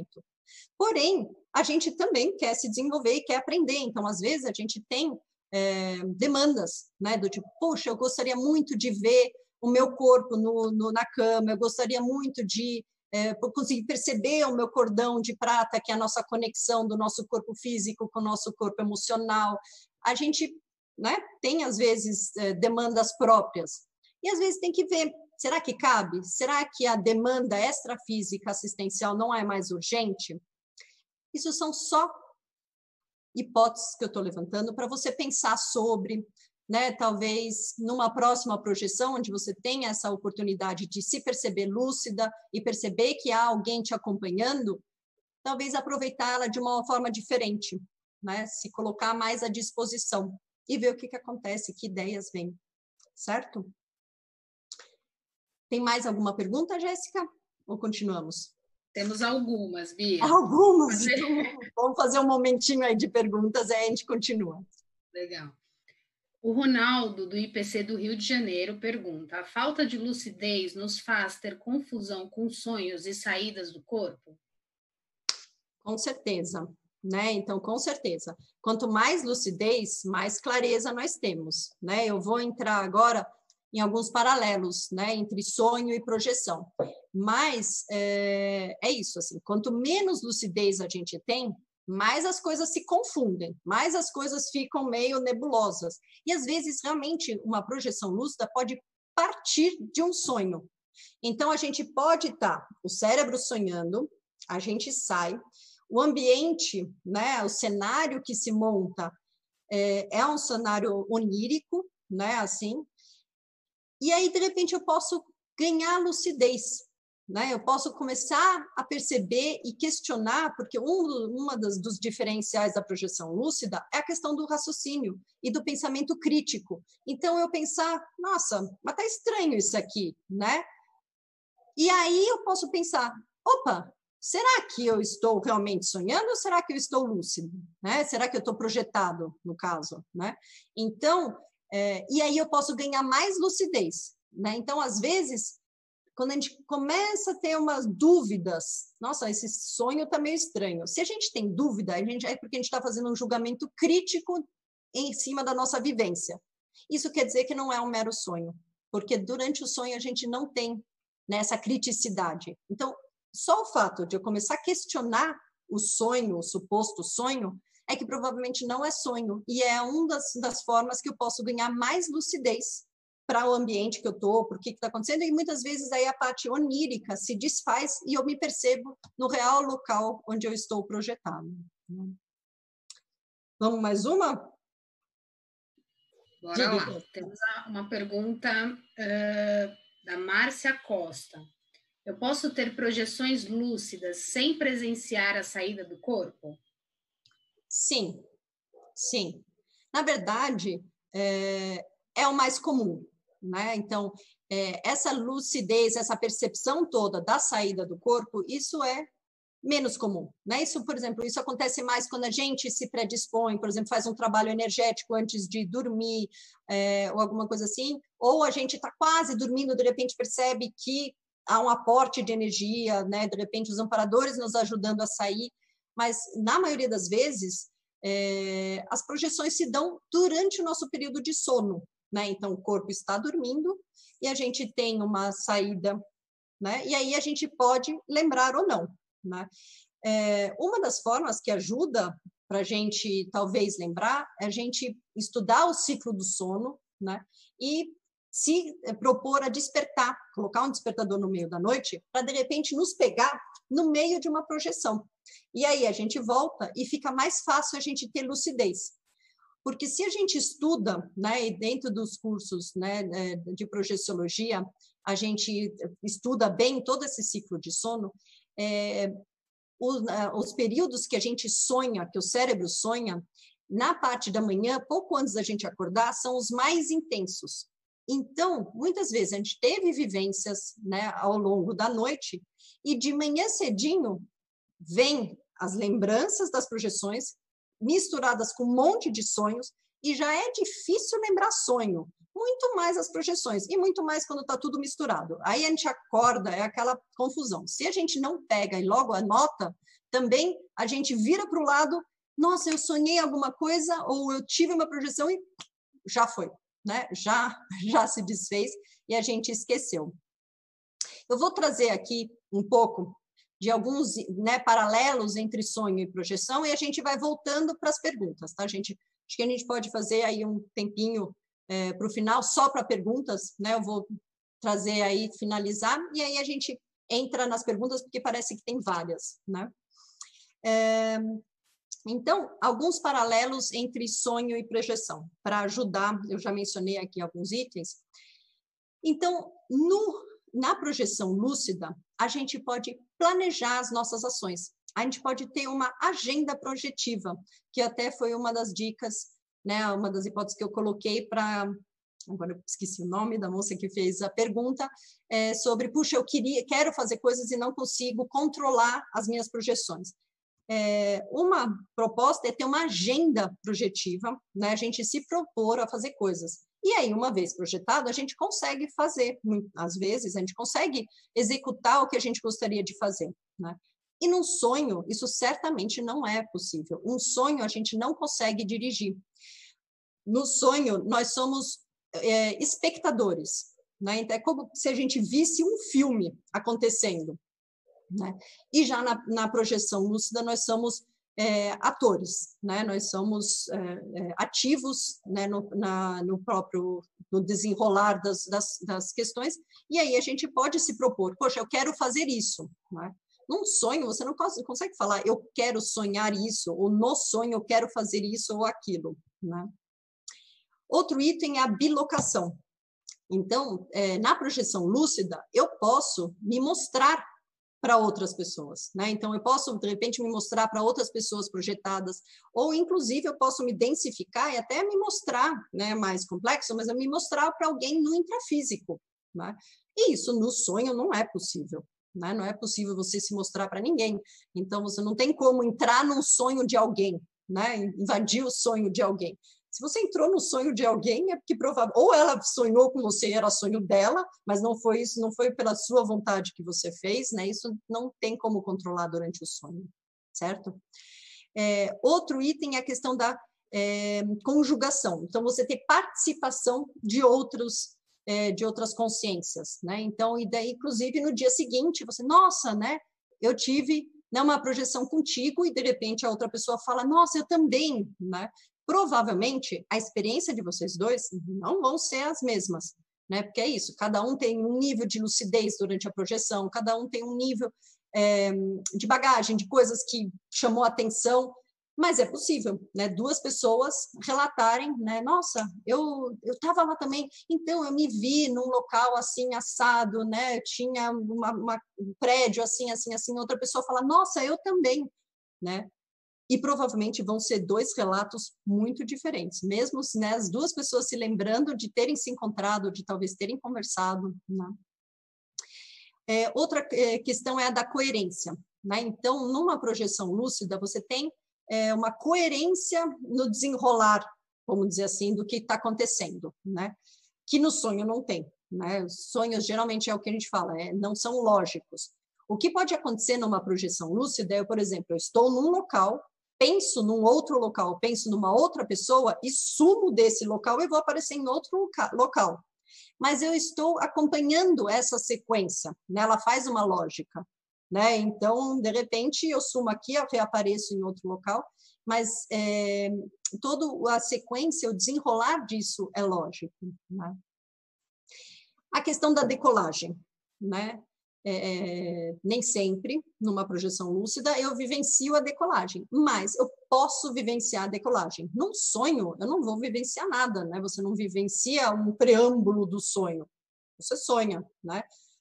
Porém, a gente também quer se desenvolver e quer aprender. Então, às vezes, a gente tem demandas, né? Do tipo, poxa, eu gostaria muito de ver o meu corpo na cama, eu gostaria muito de conseguir perceber o meu cordão de prata, que é a nossa conexão do nosso corpo físico com o nosso corpo emocional. A gente, né, tem, às vezes, demandas próprias. E, às vezes, tem que ver, será que cabe? Será que a demanda extrafísica assistencial não é mais urgente? Isso são só hipóteses que eu estou levantando para você pensar sobre, né? Talvez numa próxima projeção, onde você tenha essa oportunidade de se perceber lúcida e perceber que há alguém te acompanhando, talvez aproveitá-la de uma forma diferente, né? Se colocar mais à disposição e ver o que acontece, que ideias vêm, certo? Tem mais alguma pergunta, Jéssica? Ou continuamos? Temos algumas, Bia. Algumas? Vamos fazer um momentinho aí de perguntas, aí a gente continua. Legal. O Ronaldo, do IPC do Rio de Janeiro, pergunta: a falta de lucidez nos faz ter confusão com sonhos e saídas do corpo? Com certeza, né? Então, com certeza. Quanto mais lucidez, mais clareza nós temos, né? Eu vou entrar agora em alguns paralelos, né, entre sonho e projeção. Mas é isso, assim, quanto menos lucidez a gente tem, mais as coisas se confundem, mais as coisas ficam meio nebulosas. E, às vezes, realmente, uma projeção lúcida pode partir de um sonho. Então, a gente pode estar, o cérebro sonhando, a gente sai, o ambiente, né, o cenário que se monta é um cenário onírico, né, assim, e aí, de repente, eu posso ganhar lucidez, né? Eu posso começar a perceber e questionar, porque uma dos diferenciais da projeção lúcida é a questão do raciocínio e do pensamento crítico. Então, eu pensar, nossa, mas tá estranho isso aqui, né? E aí eu posso pensar, opa, será que eu estou realmente sonhando ou será que eu estou lúcido? Né? Será que eu estou projetado, no caso? Né? Então, e aí eu posso ganhar mais lucidez, né? Então, às vezes, quando a gente começa a ter umas dúvidas, nossa, esse sonho está meio estranho. Se a gente tem dúvida, é porque a gente está fazendo um julgamento crítico em cima da nossa vivência. Isso quer dizer que não é um mero sonho, porque durante o sonho a gente não tem, né, essa criticidade. Então, só o fato de eu começar a questionar o sonho, o suposto sonho, é que provavelmente não é sonho, e é uma das formas que eu posso ganhar mais lucidez para o ambiente que eu estou, para o que está acontecendo, e muitas vezes aí a parte onírica se desfaz e eu me percebo no real local onde eu estou projetado. Vamos mais uma? Bora lá. Temos uma pergunta da Márcia Costa. Eu posso ter projeções lúcidas sem presenciar a saída do corpo? Sim, sim. Na verdade, é o mais comum, né? Então, essa lucidez, essa percepção toda da saída do corpo, isso é menos comum, né? Isso, por exemplo, isso acontece mais quando a gente se predispõe, por exemplo, faz um trabalho energético antes de dormir, ou alguma coisa assim, ou a gente está quase dormindo, de repente percebe que há um aporte de energia, né? De repente os amparadores nos ajudando a sair, mas na maioria das vezes as projeções se dão durante o nosso período de sono, né? Então o corpo está dormindo e a gente tem uma saída, né? E aí a gente pode lembrar ou não, né? Uma das formas que ajuda para a gente talvez lembrar é a gente estudar o ciclo do sono, né? E se propor a despertar, colocar um despertador no meio da noite para de repente nos pegar no meio de uma projeção. E aí a gente volta e fica mais fácil a gente ter lucidez. Porque se a gente estuda, né, dentro dos cursos, né, de projeciologia, a gente estuda bem todo esse ciclo de sono, os períodos que a gente sonha, que o cérebro sonha, na parte da manhã, pouco antes da gente acordar, são os mais intensos. Então, muitas vezes a gente teve vivências, né, ao longo da noite e de manhã cedinho vem as lembranças das projeções misturadas com um monte de sonhos e já é difícil lembrar sonho, muito mais as projeções e muito mais quando está tudo misturado. Aí a gente acorda, é aquela confusão. Se a gente não pega e logo anota, também a gente vira para o lado, nossa, eu sonhei alguma coisa, ou eu tive uma projeção e já foi, né? Já se desfez e a gente esqueceu. Eu vou trazer aqui um pouco de alguns, né, paralelos entre sonho e projeção, e a gente vai voltando para as perguntas, tá, gente? Acho que a gente pode fazer aí um tempinho para o final, só para perguntas, né? Eu vou trazer aí, finalizar, e aí a gente entra nas perguntas, porque parece que tem várias, né? Então, alguns paralelos entre sonho e projeção, para ajudar, eu já mencionei aqui alguns itens. Então, na projeção lúcida, a gente pode planejar as nossas ações. A gente pode ter uma agenda projetiva, que até foi uma das dicas, né, uma das hipóteses que eu coloquei para... Agora eu esqueci o nome da moça que fez a pergunta, sobre, puxa, eu quero fazer coisas e não consigo controlar as minhas projeções. Uma proposta é ter uma agenda projetiva, né, a gente se propor a fazer coisas. E aí, uma vez projetado, a gente consegue fazer. Às vezes, a gente consegue executar o que a gente gostaria de fazer, né? E num sonho, isso certamente não é possível. Um sonho, a gente não consegue dirigir. No sonho, nós somos espectadores, né? Então, é como se a gente visse um filme acontecendo, né? E já na projeção lúcida, nós somos atores, né? Nós somos ativos, né? no próprio no desenrolar das questões, e aí a gente pode se propor, poxa, eu quero fazer isso, né? Num sonho, você não consegue falar, eu quero sonhar isso, ou no sonho eu quero fazer isso ou aquilo, né? Outro item é a bilocação. Então, na projeção lúcida, eu posso me mostrar para outras pessoas, né? Então, eu posso, de repente, me mostrar para outras pessoas projetadas, ou, inclusive, eu posso me densificar e até me mostrar, né, mais complexo, mas eu me mostrar para alguém no intrafísico, né? E isso, no sonho, não é possível, né? Não é possível você se mostrar para ninguém. Então, você não tem como entrar num sonho de alguém, né? Invadir o sonho de alguém. Se você entrou no sonho de alguém, é porque provavelmente ou ela sonhou com você, era sonho dela, mas não foi isso, não foi pela sua vontade que você fez, né? Isso não tem como controlar durante o sonho, certo? Outro item é a questão da conjugação. Então, você ter participação de outras consciências, né? Então, e daí, inclusive, no dia seguinte, você, nossa, né? Eu tive, né, uma projeção contigo e, de repente, a outra pessoa fala, nossa, eu também, né? Provavelmente, a experiência de vocês dois não vão ser as mesmas, né? Porque é isso, cada um tem um nível de lucidez durante a projeção, cada um tem um nível de bagagem, de coisas que chamou a atenção, mas é possível, né? Duas pessoas relatarem, né? Nossa, eu estava lá também, então eu me vi num local assim, assado, né? Tinha um prédio assim, assim, assim, outra pessoa fala, nossa, eu também, né? E provavelmente vão ser dois relatos muito diferentes, mesmo, né, as duas pessoas se lembrando de terem se encontrado, de talvez terem conversado, né? Outra questão é a da coerência, né? Então, numa projeção lúcida, você tem uma coerência no desenrolar, vamos dizer assim, do que está acontecendo, né? Que no sonho não tem, né? Os sonhos geralmente é o que a gente fala, não são lógicos. O que pode acontecer numa projeção lúcida é, por exemplo, eu estou num local, penso num outro local, penso numa outra pessoa e sumo desse local e vou aparecer em outro local. Mas eu estou acompanhando essa sequência, né? Ela faz uma lógica, né? Então, de repente, eu sumo aqui, eu reapareço em outro local, mas toda a sequência, o desenrolar disso é lógico, né? A questão da decolagem, né? Nem sempre, numa projeção lúcida, eu vivencio a decolagem, mas eu posso vivenciar a decolagem. Num sonho, eu não vou vivenciar nada, né? Você não vivencia um preâmbulo do sonho, você sonha, né?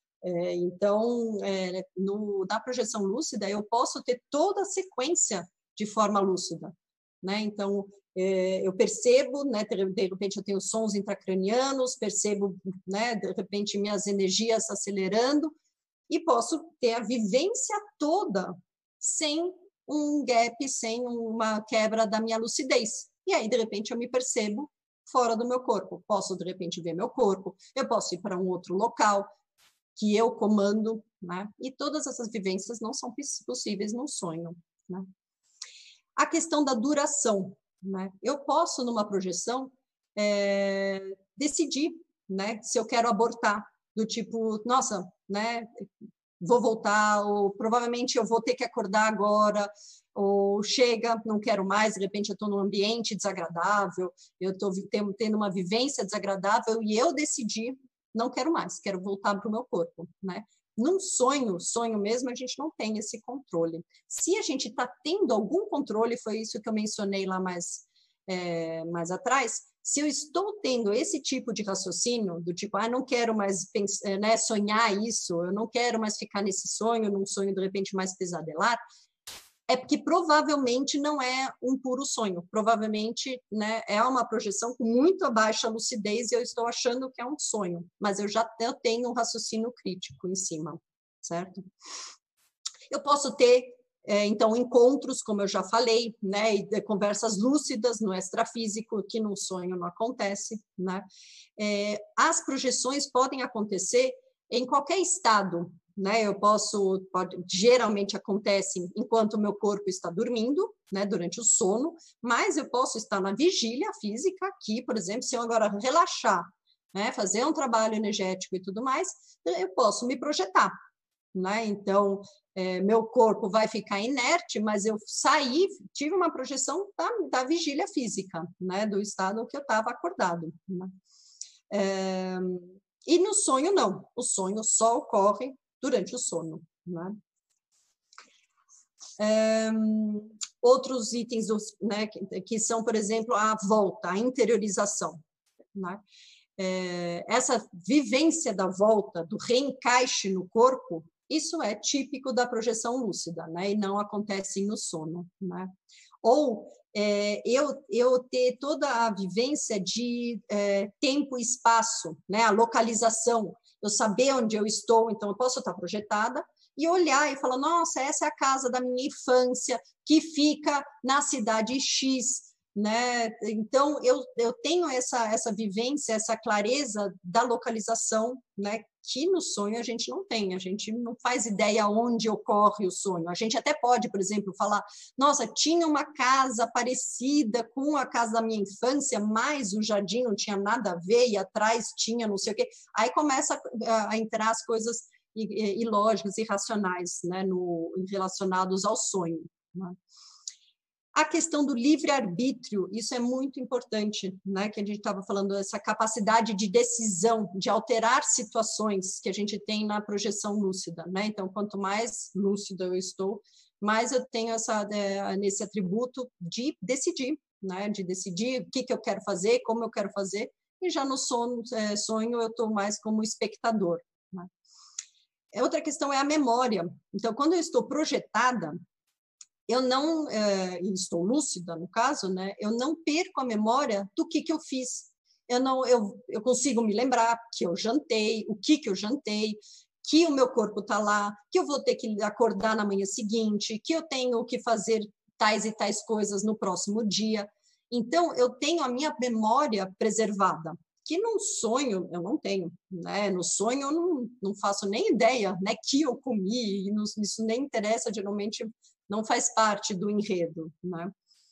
Então, na projeção lúcida, eu posso ter toda a sequência de forma lúcida, né? Então, eu percebo, né, de repente eu tenho sons intracranianos, percebo, né, de repente minhas energias acelerando, e posso ter a vivência toda sem um gap, sem uma quebra da minha lucidez. E aí, de repente, eu me percebo fora do meu corpo. Posso, de repente, ver meu corpo, eu posso ir para um outro local. que eu comando, né? E todas essas vivências não são possíveis num sonho, né? A questão da duração, né? Eu posso, numa projeção, decidir, né, se eu quero abortar, do tipo, nossa, né, vou voltar, ou provavelmente eu vou ter que acordar agora, ou chega, não quero mais, de repente eu estou num ambiente desagradável, eu estou tendo uma vivência desagradável e eu decidi, não quero mais, quero voltar para o meu corpo, né? Num sonho mesmo, a gente não tem esse controle. Se a gente está tendo algum controle, foi isso que eu mencionei lá mais atrás, se eu estou tendo esse tipo de raciocínio, do tipo, não quero mais pensar, né, sonhar isso, eu não quero mais ficar nesse sonho, num sonho de repente mais pesadelar, é porque provavelmente não é um puro sonho, provavelmente, né, é uma projeção com muito baixa lucidez e eu estou achando que é um sonho, mas eu tenho um raciocínio crítico em cima, certo? Eu posso ter, então, encontros, como eu já falei, né, e conversas lúcidas no extrafísico, que no sonho não acontece, né? As projeções podem acontecer em qualquer estado, né? Geralmente acontecem enquanto o meu corpo está dormindo, né, durante o sono, mas eu posso estar na vigília física aqui, por exemplo, se eu agora relaxar, né, fazer um trabalho energético e tudo mais, eu posso me projetar, né? Então, meu corpo vai ficar inerte, mas eu tive uma projeção da vigília física, né, do estado que eu estava acordado, né? E no sonho, não. O sonho só ocorre durante o sono, né? Outros itens, né, que são, por exemplo, a volta, a interiorização, né? Essa vivência da volta, do reencaixe no corpo, isso é típico da projeção lúcida, né? E não acontece no sono, né? Ou eu ter toda a vivência de tempo e espaço, né? A localização, eu saber onde eu estou, então eu posso estar projetada e olhar e falar, nossa, essa é a casa da minha infância, que fica na cidade X, né? Então, eu tenho essa vivência, essa clareza da localização, né? Que no sonho a gente não tem, a gente não faz ideia onde ocorre o sonho. A gente até pode, por exemplo, falar, nossa, tinha uma casa parecida com a casa da minha infância, mas o jardim não tinha nada a ver, e atrás tinha não sei o quê. Aí começa a entrar as coisas ilógicas, irracionais, né? Relacionados ao sonho, né? A questão do livre-arbítrio, isso é muito importante, né? Que a gente estava falando, essa capacidade de decisão, de alterar situações que a gente tem na projeção lúcida, né? Então, quanto mais lúcida eu estou, mais eu tenho nesse atributo de decidir, né? De decidir o que eu quero fazer, como eu quero fazer, e já no sonho eu estou mais como espectador, né? Outra questão é a memória. Então, quando eu estou projetada, eu não, estou lúcida no caso, né? Eu não perco a memória do que eu fiz. Eu consigo me lembrar que eu jantei, o que eu jantei, que o meu corpo está lá, que eu vou ter que acordar na manhã seguinte, que eu tenho que fazer tais e tais coisas no próximo dia. Então, eu tenho a minha memória preservada, que num sonho eu não tenho, né? No sonho eu não faço nem ideia, né, que eu comi, e isso nem interessa, geralmente não faz parte do enredo, né?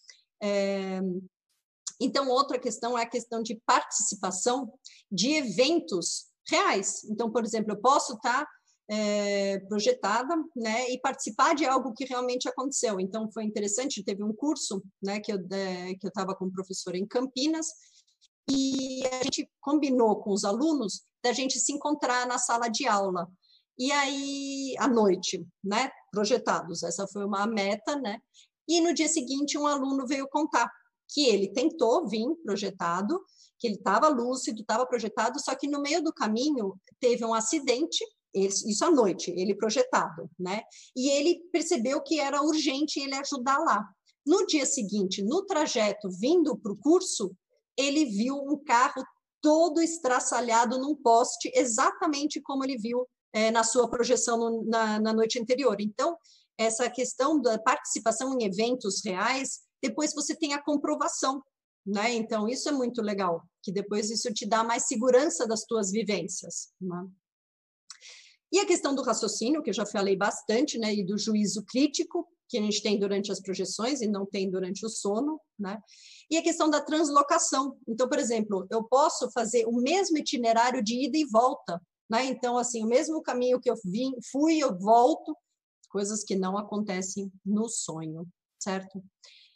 Então, outra questão é a questão de participação de eventos reais. Então, por exemplo, eu posso estar projetada, né, e participar de algo que realmente aconteceu. Então, foi interessante, teve um curso, né, que eu estava com um professor em Campinas, e a gente combinou com os alunos da gente se encontrar na sala de aula. E aí, à noite, né, projetados, essa foi uma meta, né? E no dia seguinte, um aluno veio contar que ele tentou vir projetado, que ele estava lúcido, estava projetado, só que no meio do caminho teve um acidente, isso à noite, ele projetado, né? E ele percebeu que era urgente ele ajudar lá. No dia seguinte, no trajeto vindo para o curso, ele viu um carro todo estraçalhado num poste, exatamente como ele viu na sua projeção na noite anterior. Então, essa questão da participação em eventos reais, depois você tem a comprovação, né? Então, isso é muito legal, que depois isso te dá mais segurança das tuas vivências, né? E a questão do raciocínio, que eu já falei bastante, né, e do juízo crítico, que a gente tem durante as projeções e não tem durante o sono, né? E a questão da translocação. Então, por exemplo, eu posso fazer o mesmo itinerário de ida e volta, né? Então, assim, o mesmo caminho que eu fui, eu volto, coisas que não acontecem no sonho, certo?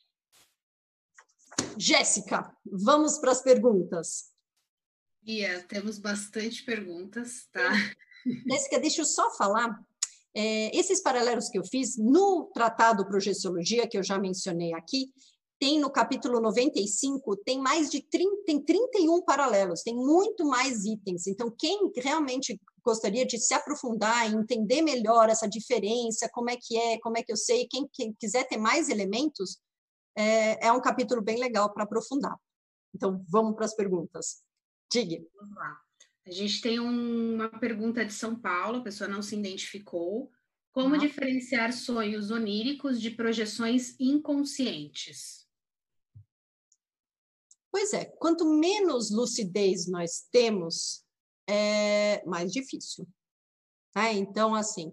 Jéssica, vamos para as perguntas. Bia, temos bastante perguntas, tá? Jéssica, deixa eu só falar. Esses paralelos que eu fiz no Tratado Projeciologia, que eu já mencionei aqui, tem no capítulo 95, tem mais de 31 paralelos, tem muito mais itens. Então, quem realmente gostaria de se aprofundar e entender melhor essa diferença, como é que eu sei, quem quiser ter mais elementos, é um capítulo bem legal para aprofundar. Então, vamos para as perguntas. Diga. Vamos lá. A gente tem uma pergunta de São Paulo, a pessoa não se identificou. Como diferenciar sonhos oníricos de projeções inconscientes? Pois é, quanto menos lucidez nós temos, é mais difícil. Tá? Então, assim,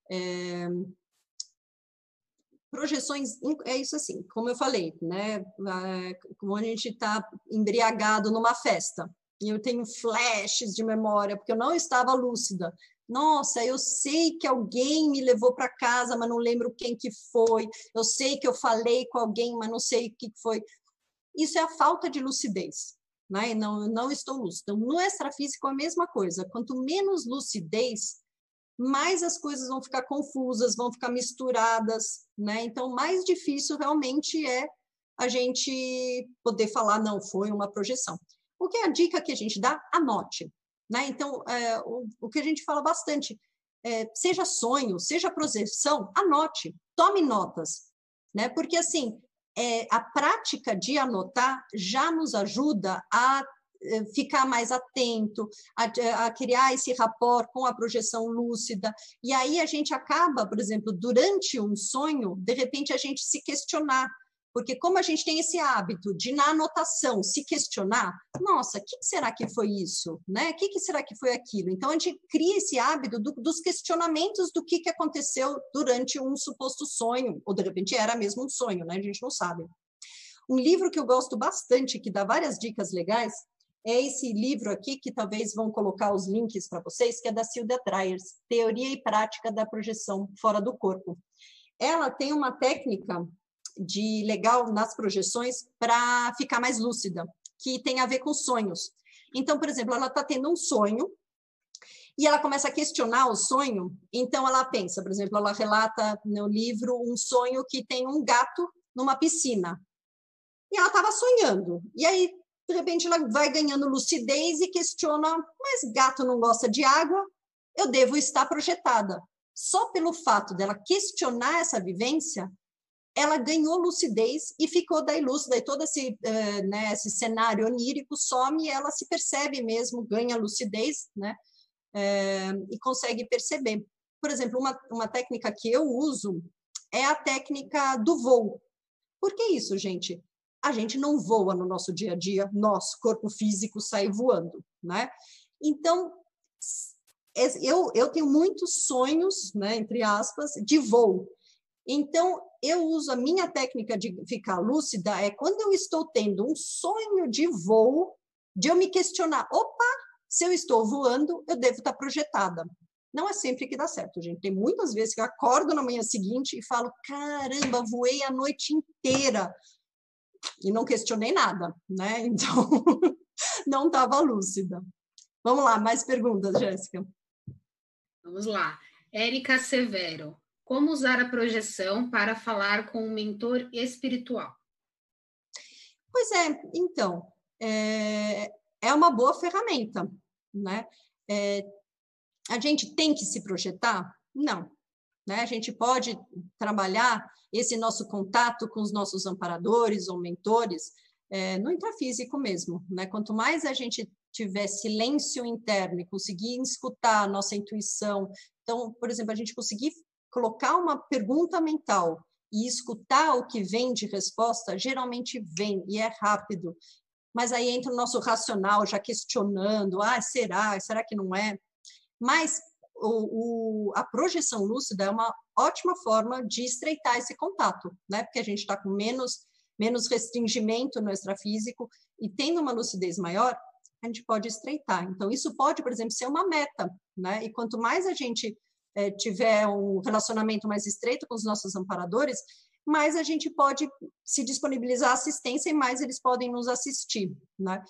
projeções, é isso assim, como eu falei, né? Como a gente está embriagado numa festa, e eu tenho flashes de memória, porque eu não estava lúcida. Nossa, eu sei que alguém me levou para casa, mas não lembro quem que foi. Eu sei que eu falei com alguém, mas não sei o que foi. Isso é a falta de lucidez, né? Não estou lúcida. Então, no extrafísico é a mesma coisa. Quanto menos lucidez, mais as coisas vão ficar confusas, vão ficar misturadas, né? Então, mais difícil realmente é a gente poder falar, não, foi uma projeção. O que é a dica que a gente dá? Anote, né? Então, o que a gente fala bastante, seja sonho, seja projeção, anote, tome notas, né? Porque, assim, a prática de anotar já nos ajuda a ficar mais atento, a criar esse rapport com a projeção lúcida, e aí a gente acaba, por exemplo, durante um sonho, de repente a gente se questionar, porque como a gente tem esse hábito de, na anotação, se questionar, nossa, o que será que foi isso? Né? O que será que foi aquilo? Então, a gente cria esse hábito dos questionamentos do que aconteceu durante um suposto sonho, ou de repente era mesmo um sonho, né? A gente não sabe. Um livro que eu gosto bastante, que dá várias dicas legais, é esse livro aqui, que talvez vão colocar os links para vocês, que é da Sylvia Tryers, Teoria e Prática da Projeção Fora do Corpo. Ela tem uma técnica de legal nas projeções para ficar mais lúcida, que tem a ver com sonhos. Então, por exemplo, ela está tendo um sonho e ela começa a questionar o sonho, então ela pensa, por exemplo, ela relata no livro um sonho que tem um gato numa piscina. E ela estava sonhando. E aí, de repente, ela vai ganhando lucidez e questiona, mas gato não gosta de água, eu devo estar projetada. Só pelo fato dela questionar essa vivência, ela ganhou lucidez e ficou daí lúcida, e todo esse cenário onírico some e ela se percebe mesmo, ganha lucidez, né? E consegue perceber. Por exemplo, uma técnica que eu uso é a técnica do voo. Por que isso, gente? A gente não voa no nosso dia a dia, nosso corpo físico sai voando, né? Então, eu tenho muitos sonhos, né, entre aspas, de voo. Então, eu uso a minha técnica de ficar lúcida, quando eu estou tendo um sonho de voo, de eu me questionar, opa, se eu estou voando, eu devo estar projetada. Não é sempre que dá certo, gente. Tem muitas vezes que eu acordo na manhã seguinte e falo, caramba, voei a noite inteira. E não questionei nada, né? Então, não estava lúcida. Vamos lá, mais perguntas, Jéssica. Vamos lá. Érica Severo. Como usar a projeção para falar com um mentor espiritual? Pois é, então, é uma boa ferramenta, né? A gente tem que se projetar? Não. Né? A gente pode trabalhar esse nosso contato com os nossos amparadores ou mentores no intrafísico mesmo. Né? Quanto mais a gente tiver silêncio interno e conseguir escutar a nossa intuição, então, por exemplo, a gente conseguir colocar uma pergunta mental e escutar o que vem de resposta, geralmente vem e é rápido. Mas aí entra o nosso racional já questionando, será que não é? Mas a projeção lúcida é uma ótima forma de estreitar esse contato, né? Porque a gente está com menos restringimento no extrafísico e tendo uma lucidez maior, a gente pode estreitar. Então, isso pode, por exemplo, ser uma meta, né? E quanto mais a gente tiver um relacionamento mais estreito com os nossos amparadores, mais a gente pode se disponibilizar assistência e mais eles podem nos assistir, né?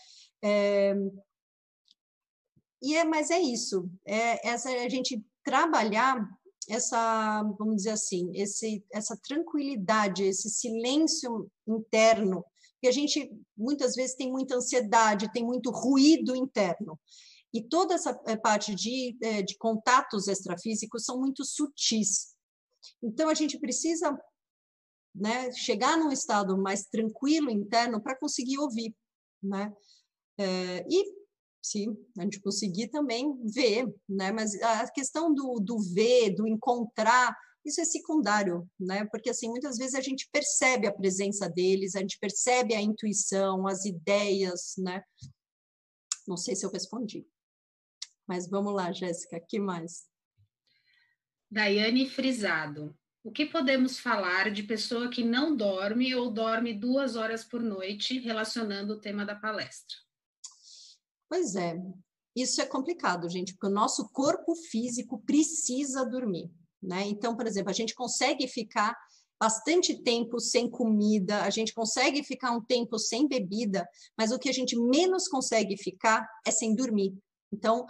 Mas é isso, a gente trabalhar essa, vamos dizer assim, essa tranquilidade, esse silêncio interno, que a gente muitas vezes tem muita ansiedade, tem muito ruído interno. E toda essa parte de contatos extrafísicos são muito sutis. Então, a gente precisa, né, chegar num estado mais tranquilo interno para conseguir ouvir, né? E se a gente conseguir também ver, né? Mas a questão do ver, do encontrar, isso é secundário, né? Porque assim, muitas vezes a gente percebe a presença deles, a gente percebe a intuição, as ideias, né? Não sei se eu respondi. Mas vamos lá, Jéssica, que mais? Daiane Frisado. O que podemos falar de pessoa que não dorme ou dorme 2 horas por noite, relacionando o tema da palestra? Pois é, isso é complicado, gente, porque o nosso corpo físico precisa dormir, né? Então, por exemplo, a gente consegue ficar bastante tempo sem comida, a gente consegue ficar um tempo sem bebida, mas o que a gente menos consegue ficar é sem dormir. Então,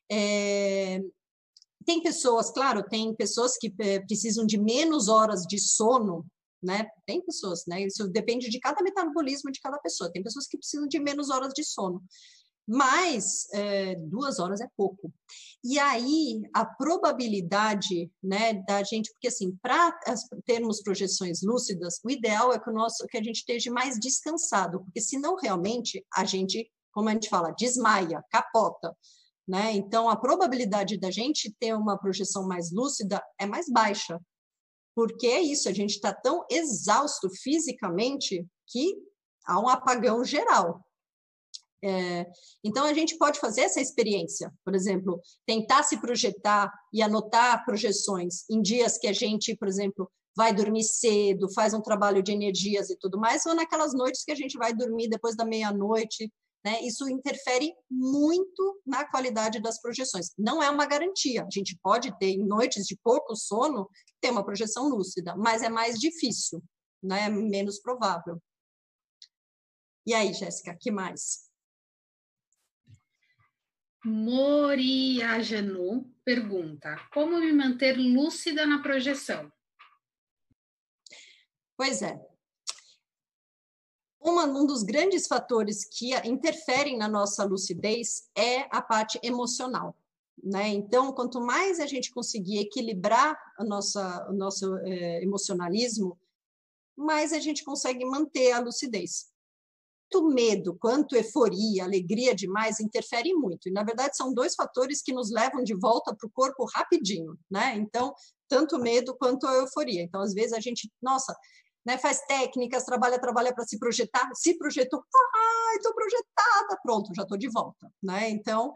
tem pessoas, claro, tem pessoas que precisam de menos horas de sono, né? Tem pessoas, né? Isso depende de cada metabolismo de cada pessoa. Tem pessoas que precisam de menos horas de sono. Mas 2 horas é pouco. E aí, a probabilidade, né, da gente... Porque, assim, para termos projeções lúcidas, o ideal é que a gente esteja mais descansado, porque senão, realmente, a gente, como a gente fala, desmaia, capota, né? Então, a probabilidade da gente ter uma projeção mais lúcida é mais baixa, porque é isso, a gente está tão exausto fisicamente que há um apagão geral. Então, a gente pode fazer essa experiência, por exemplo, tentar se projetar e anotar projeções em dias que a gente, por exemplo, vai dormir cedo, faz um trabalho de energias e tudo mais, ou naquelas noites que a gente vai dormir depois da meia-noite, né? Isso interfere muito na qualidade das projeções. Não é uma garantia, a gente pode ter, em noites de pouco sono, ter uma projeção lúcida, mas é mais difícil, né? É menos provável. E aí, Jéssica, que mais? Moriajanu pergunta: como me manter lúcida na projeção? Pois é. Um dos grandes fatores que interferem na nossa lucidez é a parte emocional, né? Então, quanto mais a gente conseguir equilibrar o nosso emocionalismo, mais a gente consegue manter a lucidez. Tanto medo quanto euforia, alegria demais, interferem muito. E, na verdade, são 2 fatores que nos levam de volta para o corpo rapidinho, né? Então, tanto medo quanto a euforia. Então, às vezes, a gente, nossa, né, faz técnicas, trabalha para se projetar, se projetou, estou projetada, pronto, já estou de volta, né? Então,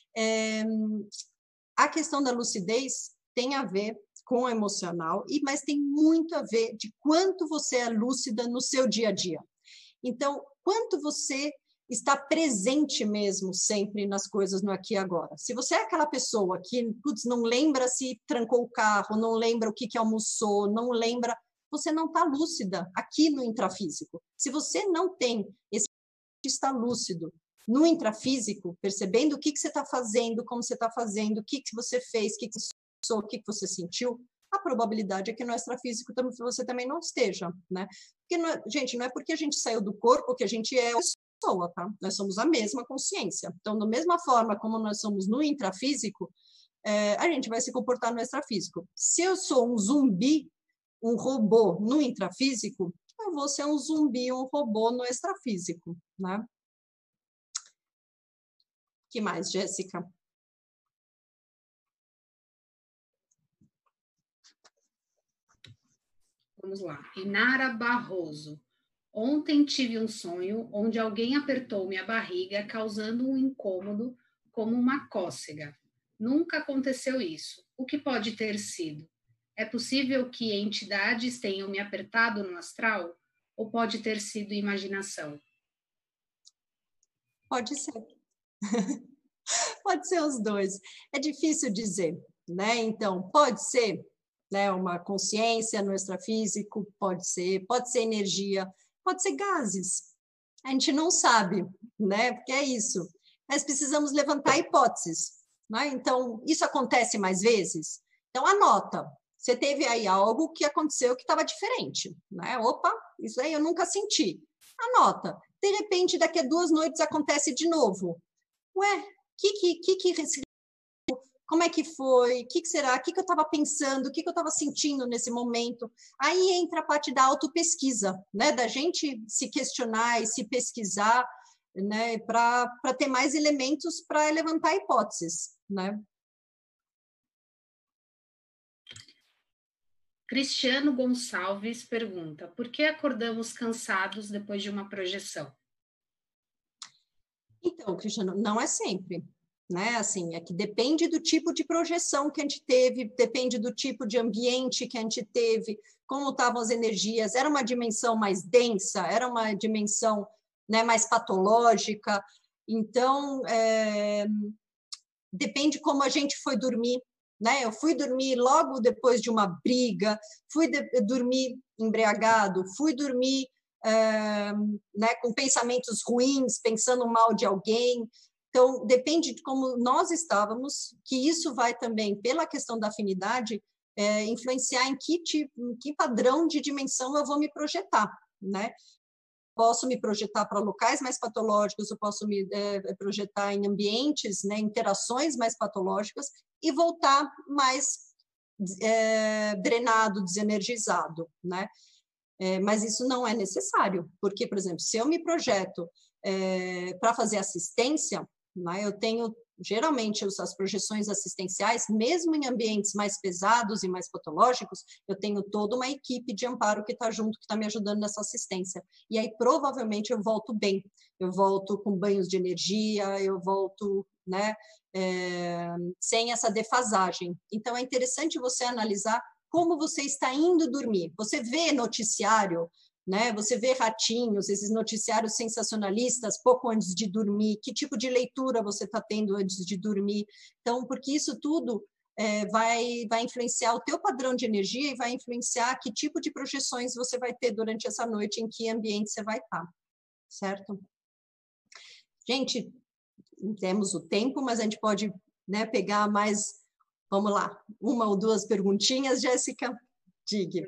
a questão da lucidez tem a ver com o emocional, mas tem muito a ver de quanto você é lúcida no seu dia a dia. Então, quanto você está presente mesmo sempre nas coisas no aqui e agora. Se você é aquela pessoa que não lembra se trancou o carro, não lembra o que almoçou, não lembra, você não está lúcida aqui no intrafísico. Se você não tem esse está lúcido no intrafísico, percebendo o que você está fazendo, como você está fazendo, o que você fez, o que você sentiu, a probabilidade é que no extrafísico você também não esteja, né? Porque, gente, não é porque a gente saiu do corpo que a gente é pessoa, tá? Nós somos a mesma consciência. Então, da mesma forma como nós somos no intrafísico, a gente vai se comportar no extrafísico. Se eu sou um zumbi, um robô no intrafísico, eu vou ser um zumbi, um robô no extrafísico, né? Que mais, Jéssica? Vamos lá. Inara Barroso. Ontem tive um sonho onde alguém apertou minha barriga, causando um incômodo como uma cócega. Nunca aconteceu isso. O que pode ter sido? É possível que entidades tenham me apertado no astral? Ou pode ter sido imaginação? Pode ser. Pode ser os dois. É difícil dizer, né? Então, pode ser, né, uma consciência no extrafísico, pode ser energia, pode ser gases. A gente não sabe, né? Porque é isso. Mas precisamos levantar hipóteses, né? Então, isso acontece mais vezes? Então, anota. Você teve aí algo que aconteceu que estava diferente, né? Opa, isso aí eu nunca senti. Anota. De repente, daqui a 2 noites acontece de novo. Ué, como é que foi? O que será? O que eu estava pensando? O que eu estava sentindo nesse momento? Aí entra a parte da autopesquisa, né? Da gente se questionar e se pesquisar, né? Para ter mais elementos para levantar hipóteses, né? Cristiano Gonçalves pergunta: por que acordamos cansados depois de uma projeção? Então, Cristiano, não é sempre, né? Assim, é que depende do tipo de projeção que a gente teve, depende do tipo de ambiente que a gente teve, como estavam as energias, era uma dimensão mais densa, era uma dimensão, né, mais patológica, então depende como a gente foi dormir, né? Eu fui dormir logo depois de uma briga, dormir embriagado, fui dormir né, com pensamentos ruins, pensando mal de alguém. Então, depende de como nós estávamos, que isso vai também, pela questão da afinidade, influenciar em que padrão de dimensão eu vou me projetar, né? Posso me projetar para locais mais patológicos, eu posso me projetar em ambientes, né, interações mais patológicas e voltar mais drenado, desenergizado, né? Mas isso não é necessário, porque, por exemplo, se eu me projeto para fazer assistência, né, eu tenho geralmente as projeções assistenciais, mesmo em ambientes mais pesados e mais patológicos, eu tenho toda uma equipe de amparo que está junto, que está me ajudando nessa assistência. E aí, provavelmente, eu volto bem. Eu volto com banhos de energia, eu volto, né, sem essa defasagem. Então, é interessante você analisar como você está indo dormir. Você vê noticiário, né? Você vê ratinhos, esses noticiários sensacionalistas pouco antes de dormir, que tipo de leitura você está tendo antes de dormir. Então, porque isso tudo vai influenciar o teu padrão de energia e vai influenciar que tipo de projeções você vai ter durante essa noite, em que ambiente você vai estar, certo? Gente, temos o tempo, mas a gente pode, né, pegar mais, vamos lá, 1 ou 2 perguntinhas, Jéssica? Diga.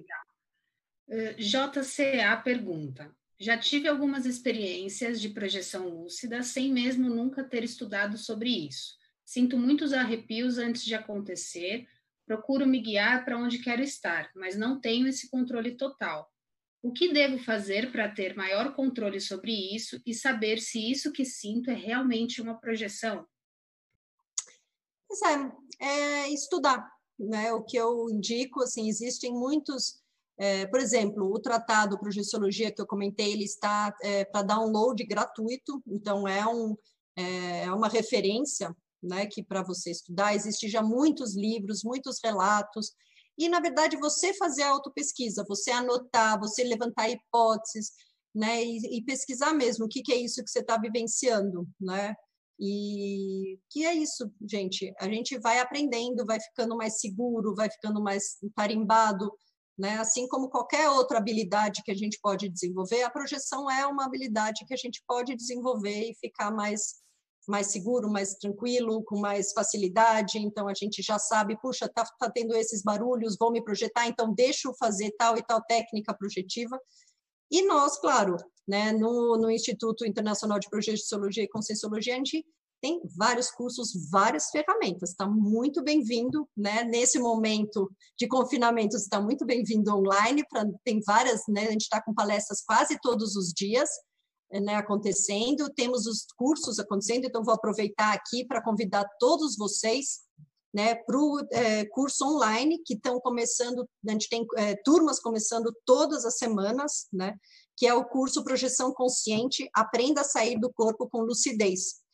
JCA pergunta: já tive algumas experiências de projeção lúcida sem mesmo nunca ter estudado sobre isso. Sinto muitos arrepios antes de acontecer, procuro me guiar para onde quero estar, mas não tenho esse controle total. O que devo fazer para ter maior controle sobre isso e saber se isso que sinto é realmente uma projeção? Pois é estudar, né? O que eu indico, assim, existem muitos, por exemplo, o tratado Projeciologia que eu comentei, ele está para download gratuito, então é uma referência, né, que para você estudar, existe já muitos livros, muitos relatos, e, na verdade, você fazer a autopesquisa, você anotar, você levantar hipóteses, né, e pesquisar mesmo o que é isso que você está vivenciando, né? E que é isso, gente. A gente vai aprendendo, vai ficando mais seguro, vai ficando mais tarimbado, né? Assim como qualquer outra habilidade que a gente pode desenvolver, a projeção é uma habilidade que a gente pode desenvolver e ficar mais seguro, mais tranquilo, com mais facilidade. Então, a gente já sabe, puxa, tá tendo esses barulhos, vou me projetar, então deixa eu fazer tal e tal técnica projetiva. E nós, claro, né, no Instituto Internacional de Projeciologia e Conscienciologia, a gente tem vários cursos, várias ferramentas. Está muito bem-vindo, né? Nesse momento de confinamento, está muito bem-vindo online. Tem várias, né? A gente está com palestras quase todos os dias, né, acontecendo. Temos os cursos acontecendo, então vou aproveitar aqui para convidar todos vocês, né, para o curso online, que estão começando, a gente tem turmas começando todas as semanas, né, que é o curso Projeção Consciente, Aprenda a Sair do Corpo com Lucidez.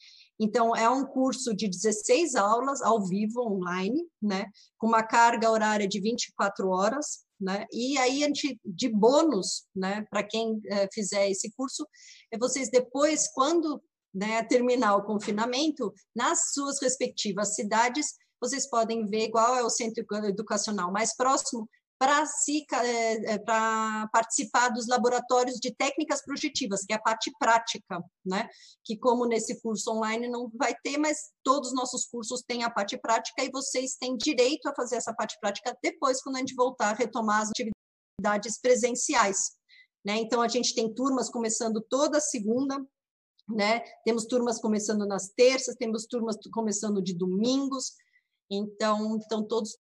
Então, é um curso de 16 aulas ao vivo, online, né? Com uma carga horária de 24 horas, né? E aí, de bônus, né? Para quem fizer esse curso, vocês depois, quando, né, terminar o confinamento, nas suas respectivas cidades, vocês podem ver qual é o centro educacional mais próximo para participar dos laboratórios de técnicas projetivas, que é a parte prática, né? Que como nesse curso online não vai ter, mas todos os nossos cursos têm a parte prática e vocês têm direito a fazer essa parte prática depois, quando a gente voltar a retomar as atividades presenciais, né? Então, a gente tem turmas começando toda segunda, né? Temos turmas começando nas terças, temos turmas começando de domingos, então todos...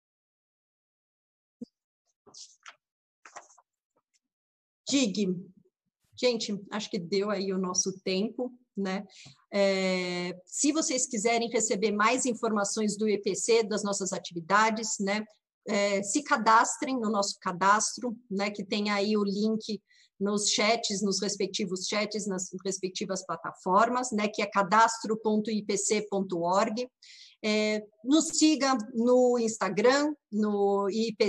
Dig, gente, acho que deu aí o nosso tempo, né? Se vocês quiserem receber mais informações do IPC, das nossas atividades, né? Se cadastrem no nosso cadastro, né? Que tem aí o link nos chats, nos respectivos chats, nas respectivas plataformas, né? Que é cadastro.ipc.org. Nos siga no Instagram, no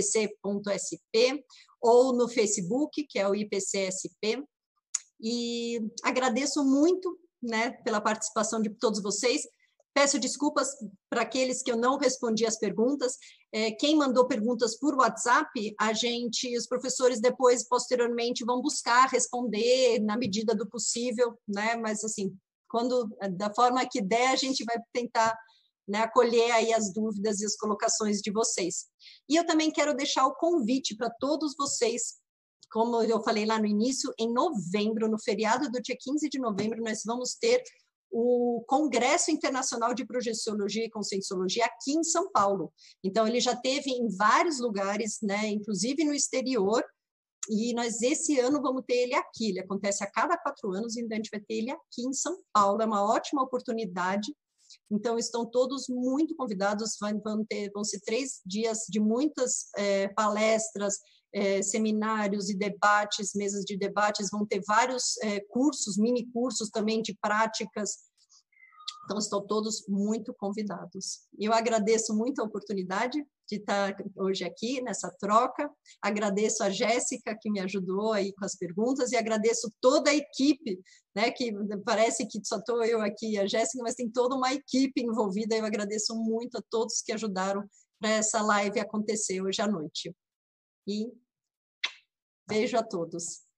ipc.sp, ou no Facebook, que é o IPCSP, e agradeço muito, né, pela participação de todos vocês. Peço desculpas para aqueles que eu não respondi as perguntas. Quem mandou perguntas por WhatsApp, os professores depois, posteriormente, vão buscar responder na medida do possível, né? Mas, assim, da forma que der, a gente vai tentar, né, acolher aí as dúvidas e as colocações de vocês. E eu também quero deixar o convite para todos vocês, como eu falei lá no início, em novembro, no feriado do dia 15 de novembro, nós vamos ter o Congresso Internacional de Projeciologia e Conscienciologia aqui em São Paulo. Então, ele já teve em vários lugares, né, inclusive no exterior, e nós esse ano vamos ter ele aqui. Ele acontece a cada 4 anos, e a gente vai ter ele aqui em São Paulo. É uma ótima oportunidade. Então, estão todos muito convidados, vão ser 3 dias de muitas palestras, seminários e debates, mesas de debates, vão ter vários cursos, mini cursos também de práticas. Então, estão todos muito convidados. Eu agradeço muito a oportunidade de estar hoje aqui nessa troca, agradeço a Jéssica, que me ajudou aí com as perguntas, e agradeço toda a equipe, né, que parece que só estou eu aqui e a Jéssica, mas tem toda uma equipe envolvida. Eu agradeço muito a todos que ajudaram para essa live acontecer hoje à noite. E beijo a todos.